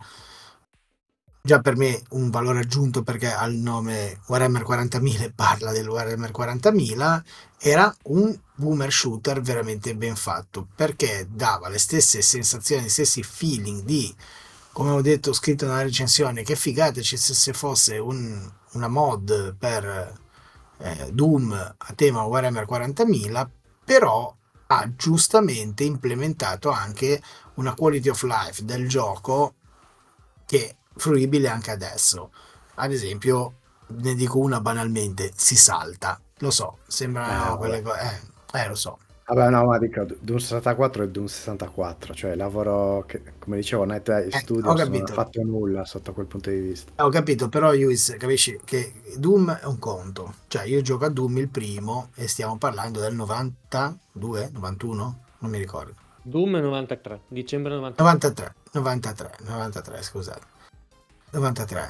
già per me un valore aggiunto perché al nome Warhammer quarantamila e parla del Warhammer quarantamila, era un boomer shooter veramente ben fatto perché dava le stesse sensazioni, gli stessi feeling di, come ho detto, scritto nella recensione, che figata ci se se fosse un- una mod per eh, Doom a tema Warhammer quarantamila, però ha giustamente implementato anche una quality of life del gioco che è fruibile anche adesso. Ad esempio, ne dico una banalmente, si salta. Lo so, Eh, sembrano vabbè. quelle cose. Eh, eh, lo so. Vabbè, no, ma dico, Doom sessantaquattro è Doom sessantaquattro, cioè il lavoro che, come dicevo, Night Eye Eh, ho Studios non ha capito. fatto nulla sotto quel punto di vista. Ho capito, però Luis, capisci che Doom è un conto. Cioè, io gioco a Doom il primo e stiamo parlando del novantadue, novantuno? Non mi ricordo. Doom novantatré, dicembre novantatré. novantatré, novantatré, novantatré, scusate. novantatré.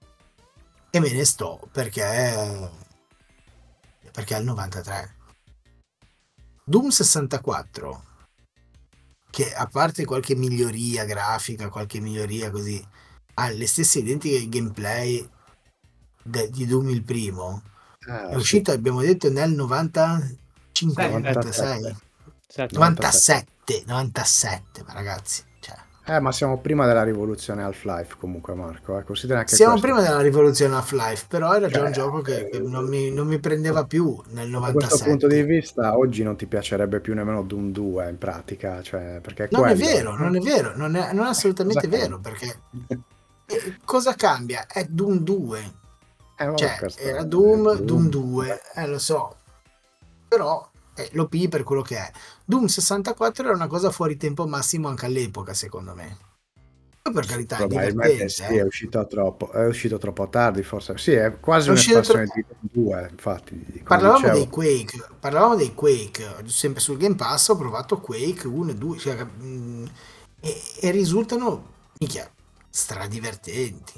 E me ne sto perché perché è il novantatré. Doom sessantaquattro, che a parte qualche miglioria grafica, qualche miglioria così, ha le stesse identiche gameplay de- di Doom il primo. È Ah, sì, uscito, abbiamo detto, nel novantacinque, novantasei, novantasette. Sette. novantasette. novantasette, novantasette, ma ragazzi, cioè, Eh, ma siamo prima della rivoluzione Half-Life comunque, Marco, eh. Considera anche siamo questo. prima della rivoluzione Half-Life, però era già Cioè, un gioco che, che non mi, non mi eh, prendeva più nel sotto questo punto di novantasette. vista, oggi non ti piacerebbe più nemmeno Doom due in pratica, cioè, perché è Non è quello. vero, non è vero, non è, non è Eh, cosa assolutamente vero, cambia? perché eh, cosa cambia? È Doom due. Eh, vabbè, Cioè, questo era è Doom, Doom Doom. due, eh, lo so, però eh, lo P per quello che è. Doom sessantaquattro era una cosa fuori tempo massimo anche all'epoca, secondo me. Poi per carità è Probabilmente divertente, sì, è eh. uscito troppo, è uscito troppo tardi, forse. Sì, è quasi È uscito tro- un'espansione di Doom due, infatti, come Parlavamo dicevo. dei Quake, parlavamo dei Quake, sempre sul Game Pass ho provato Quake uno e due, cioè, mm, e, e risultano, minchia, stradivertenti.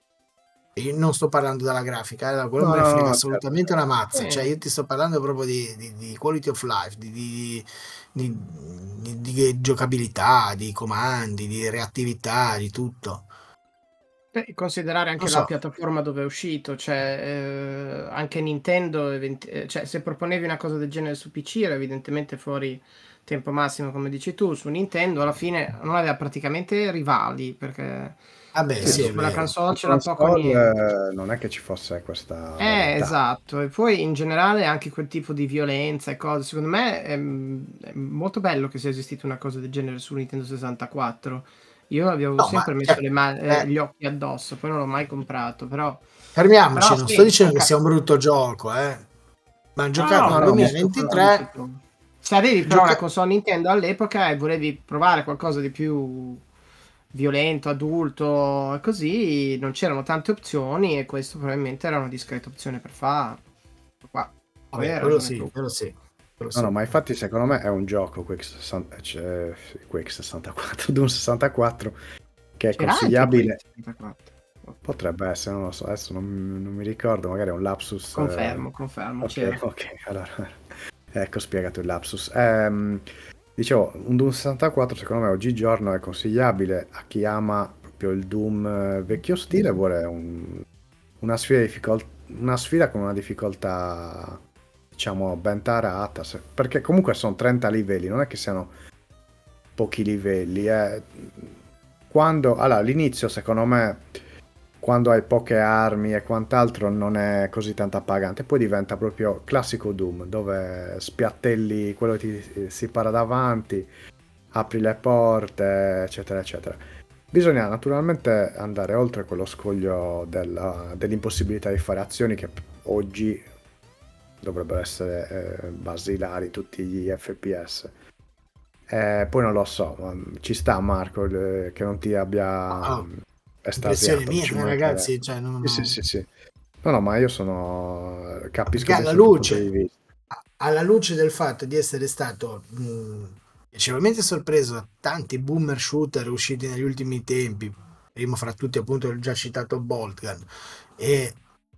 E io non sto parlando della grafica, eh, da quello No, me ne no, frega no, certo, assolutamente una certo. mazza, cioè Eh, io ti sto parlando proprio di, di- di quality of life, di, di- di- di- di giocabilità, di comandi, di reattività, di tutto. Beh, considerare Non anche la so, piattaforma dove è uscito, cioè eh, anche Nintendo, event- eh, cioè, se proponevi una cosa del genere su P C era evidentemente fuori tempo massimo, come dici tu, su Nintendo alla fine non aveva praticamente rivali, perché vabbè Sì, eh, sì su, su è quella vero. console su c'era poco o niente. console eh, non è che ci fosse questa Eh, varietà. esatto, e poi in generale anche quel tipo di violenza e cose, secondo me è, è molto bello che sia esistita una cosa del genere su Nintendo sessantaquattro. Io avevo No, ma sempre messo cioè, le ma- eh, eh, gli occhi addosso, poi non l'ho mai comprato, però, fermiamoci, però non sto sì, dicendo son che ca- sia un brutto gioco, eh. Ma no, no, giocarlo No, nel no, ma capisco quello che dici duemilaventitré, tu. Se avevi però una gioca- console Nintendo all'epoca e volevi provare qualcosa di più violento, adulto e così, non c'erano tante opzioni e questo probabilmente era una discreta opzione per farlo. Qua. Poi vabbè, hai quello ragione sì, tu. quello sì, quello no, no, sì. ma infatti secondo me è un gioco Quake, sessanta, cioè, sì, Quake sessantaquattro, Doom sessantaquattro, che è C'era anche consigliabile. Quake sessantaquattro. Potrebbe essere, non lo so, adesso non, non mi ricordo, magari è un lapsus. eh. Confermo, confermo, Ok, c'era. ok, allora ecco spiegato il lapsus. Ehm, dicevo, un Doom sessantaquattro secondo me oggigiorno è consigliabile a chi ama proprio il Doom eh, vecchio stile, vuole un- una sfida, difficol- una sfida con una difficoltà, diciamo, ben tarata, se- perché comunque sono trenta livelli, non è che siano pochi livelli. eh. Quando, allora, all'inizio secondo me quando hai poche armi e quant'altro non è così tanto appagante, poi diventa proprio classico Doom, dove spiattelli quello che ti si para davanti, apri le porte, eccetera, eccetera. Bisogna naturalmente andare oltre quello scoglio della- dell'impossibilità di fare azioni che oggi dovrebbero essere eh, basilari tutti gli F P S. Eh, poi non lo so, ma ci sta Marco il- che non ti abbia Oh, estasiato. impressione mia, ci eh, mancherebbe. ragazzi, cioè, no, Sì, sì, no. sì, sì. No, no, ma io sono... capisco Perché alla benissimo il tuo punto luce, di vista. alla luce del fatto di essere stato mh, piacevolmente sorpreso da tanti boomer shooter usciti negli ultimi tempi, primo fra tutti appunto il già citato Boltgun, e,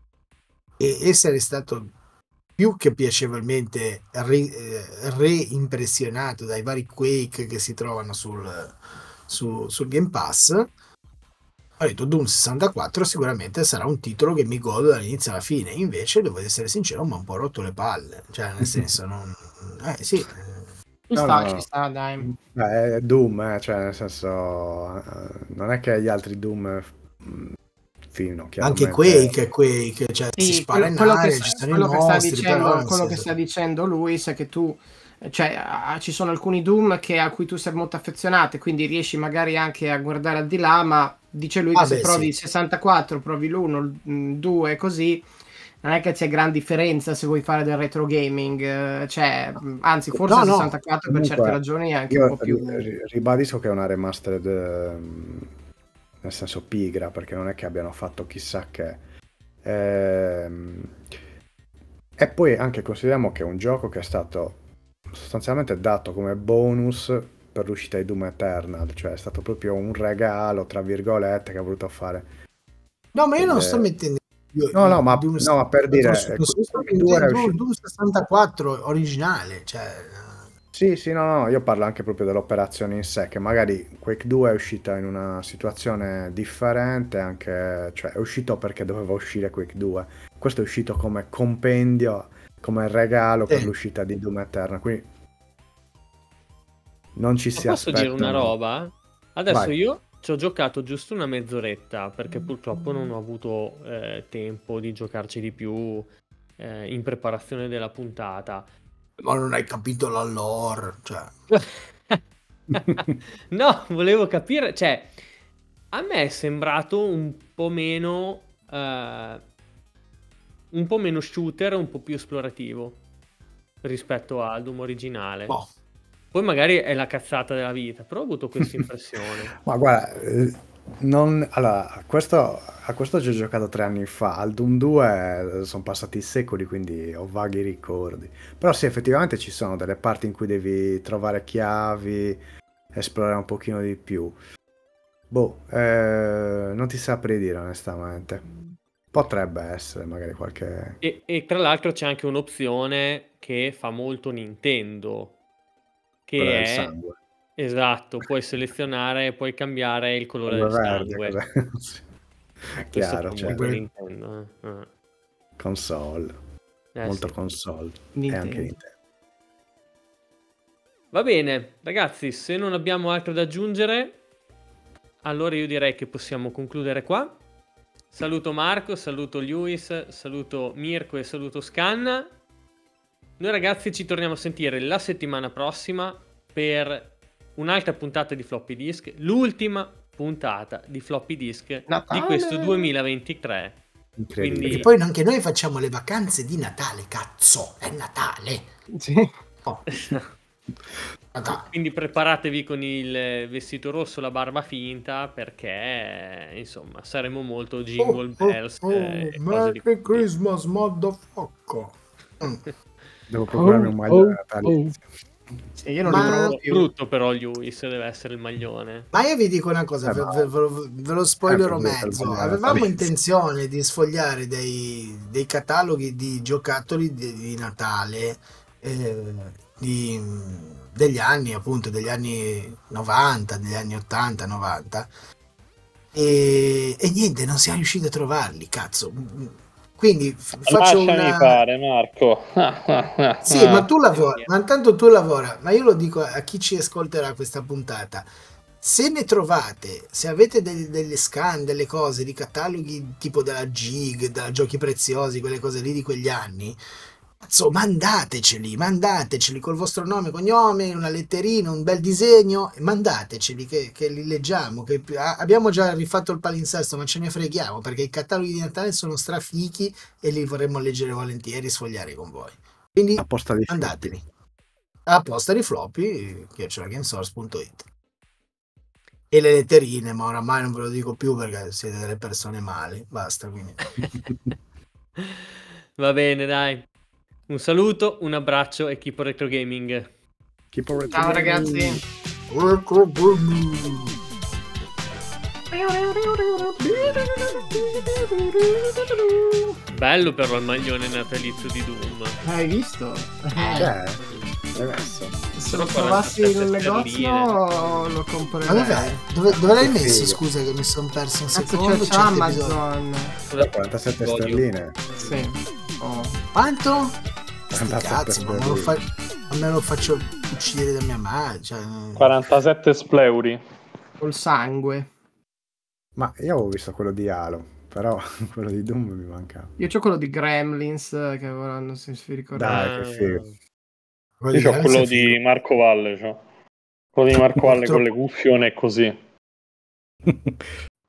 e essere stato più che piacevolmente ri- eh, reimpressionato dai vari Quake che si trovano sul, su- sul Game Pass, ho detto Doom sessantaquattro sicuramente sarà un titolo che mi godo dall'inizio alla fine. Invece devo essere sincero, mi ha un po' rotto le palle, cioè nel senso non... eh sì, Ci No, sta, no, ci no. sta, dai. Beh, è Doom, eh, cioè nel senso, eh, non è che gli altri Doom mh, fino, anche chiaramente. Quake è Quake, cioè si Sì, spara quello, in quello che, aria, sta, ci sono i quello che sta mostri, però dicendo, nel quello che senso... sta dicendo Luis è che tu, cioè, ah, ci sono alcuni Doom che, a cui tu sei molto affezionato, e quindi riesci magari anche a guardare al di là, ma dice lui che Ah se beh provi sì, il sessantaquattro, provi l'uno, il due, così, non è che c'è gran differenza se vuoi fare del retro gaming, eh, cioè, mh, anzi, forse no il no, sessantaquattro per certe Comunque, ragioni è anche un io po' più... ri- ri- ribadisco che è una remastered, ehm, nel senso pigra, perché non è che abbiano fatto chissà che. Ehm, E poi anche consideriamo che è un gioco che è stato sostanzialmente dato come bonus per l'uscita di Doom Eternal, cioè è stato proprio un regalo, tra virgolette, che ha voluto fare. no, ma io non sto Il... mettendo io No, no, i ma, Doom no, ma per sessantaquattro dire, su eh, console, sto Quake due è mettendo uscito. Doom sessantaquattro originale, cioè... Sì, sì, no, no, io parlo anche proprio dell'operazione in sé, che magari Quake due è uscita in una situazione differente, anche, cioè è uscito perché doveva uscire Quake due. Questo è uscito come compendio, come regalo per Sì. l'uscita di Doom Eternal, quindi non ci Ma si posso dire una aspettano. roba? Adesso Vai. io ci ho giocato giusto una mezz'oretta perché purtroppo non ho avuto eh, tempo di giocarci di più eh, in preparazione della puntata. Ma non hai capito la lore, cioè... No, volevo capire, cioè, a me è sembrato un po' meno, eh, un po' meno shooter, un po' più esplorativo rispetto al Doom originale. Boh. Poi magari è la cazzata della vita, però ho avuto questa impressione. Ma guarda, eh, non, allora, a questo, a questo ci ho giocato tre anni fa, al Doom due sono passati secoli, quindi ho vaghi ricordi. Però sì, effettivamente ci sono delle parti in cui devi trovare chiavi, esplorare un pochino di più. Boh, eh, non ti saprei dire onestamente. Potrebbe essere magari qualche... E, e tra l'altro c'è anche un'opzione che fa molto Nintendo, quella che del è, sangue. esatto, puoi selezionare, puoi cambiare il colore Sangue del verde, sangue. cos'è? Sì. È Questo chiaro, fa cioè, molto Nintendo. eh. Eh. console, Eh, molto sì. console, e Nintendo. anche Nintendo. Va bene, ragazzi, se non abbiamo altro da aggiungere, allora io direi che possiamo concludere qua. Saluto Marco, saluto Lewis, saluto Mirko e saluto Scanna. Noi ragazzi ci torniamo a sentire la settimana prossima per un'altra puntata di Floppy Disk, l'ultima puntata di Floppy Disk Natale! di questo duemilaventitré. Incredibile. Quindi E poi anche noi facciamo le vacanze di Natale, cazzo, è Natale. Sì. Oh, Natale. Quindi preparatevi con il vestito rosso, la barba finta, perché insomma saremo molto jingle Oh, oh, bells oh, eh, e cose di Merry quel tipo. Christmas, motherfucker. Mm. Devo procurarmi un maglione natalizio. Sì, io non Ma- li provo Brutto, più. brutto però Lewis deve essere il maglione. Ma io vi dico una cosa, Eh, ve, ma- ve- ve- ve lo spoilerò Eh, per dire, per mezzo. maglione Avevamo natalizio. intenzione di sfogliare dei, dei cataloghi di giocattoli di, di Natale eh, di, degli anni, appunto, degli anni novanta, degli anni ottanta, novanta. E, e niente, non siamo riusciti a trovarli, cazzo. Quindi f- faccio Lasciami una... fare, Marco. Sì, ma tu lavori, ma intanto tu lavora, ma io lo dico a chi ci ascolterà questa puntata. Se ne trovate, se avete dei- delle scan, delle cose di cataloghi tipo della Gig, da Giochi Preziosi, quelle cose lì di quegli anni, Cazzo, mandateceli, mandateceli col vostro nome, cognome, una letterina, un bel disegno, e mandateceli che, che li leggiamo. Che, a- abbiamo già rifatto il palinsesto, ma ce ne freghiamo perché i cataloghi di Natale sono strafichi e li vorremmo leggere volentieri, sfogliare con voi. Quindi A posta di mandateli. A posta di floppy, chiocciola gamesource punto it. E le letterine, ma oramai non ve lo dico più perché siete delle persone male. Basta, quindi. Va bene, dai. Un saluto, un abbraccio e keep on retro gaming. Keep on Ciao ragazzi. Bello però il maglione natalizio di Doom. Hai visto? Cioè, l'hai messo. Se lo Sono trovassi in un quarantasette negozio lo Ma comprerei. dov'è? Dove, dove l'hai Che messo? figo. Scusa che mi sono perso un Cazzo, secondo. c'è su Certe episodi. Amazon. quarantasette Odio. sterline. Sì. Oh. Quanto? Sti quarantasette cazzi, ma me, lo sterline. fa- ma me lo faccio uccidere da mia madre. Cioè... quarantasette spleuri. Col sangue. Ma io avevo visto quello di Halo, però quello di Doom mi mancava. Io c'ho quello di Gremlins che avranno, se vi ricordate. Dai, che figo. Quello Io ho di quello Alex è figo. di Marco Valle, cioè. Quello di Marco Valle con le Purtroppo- cuffie è così.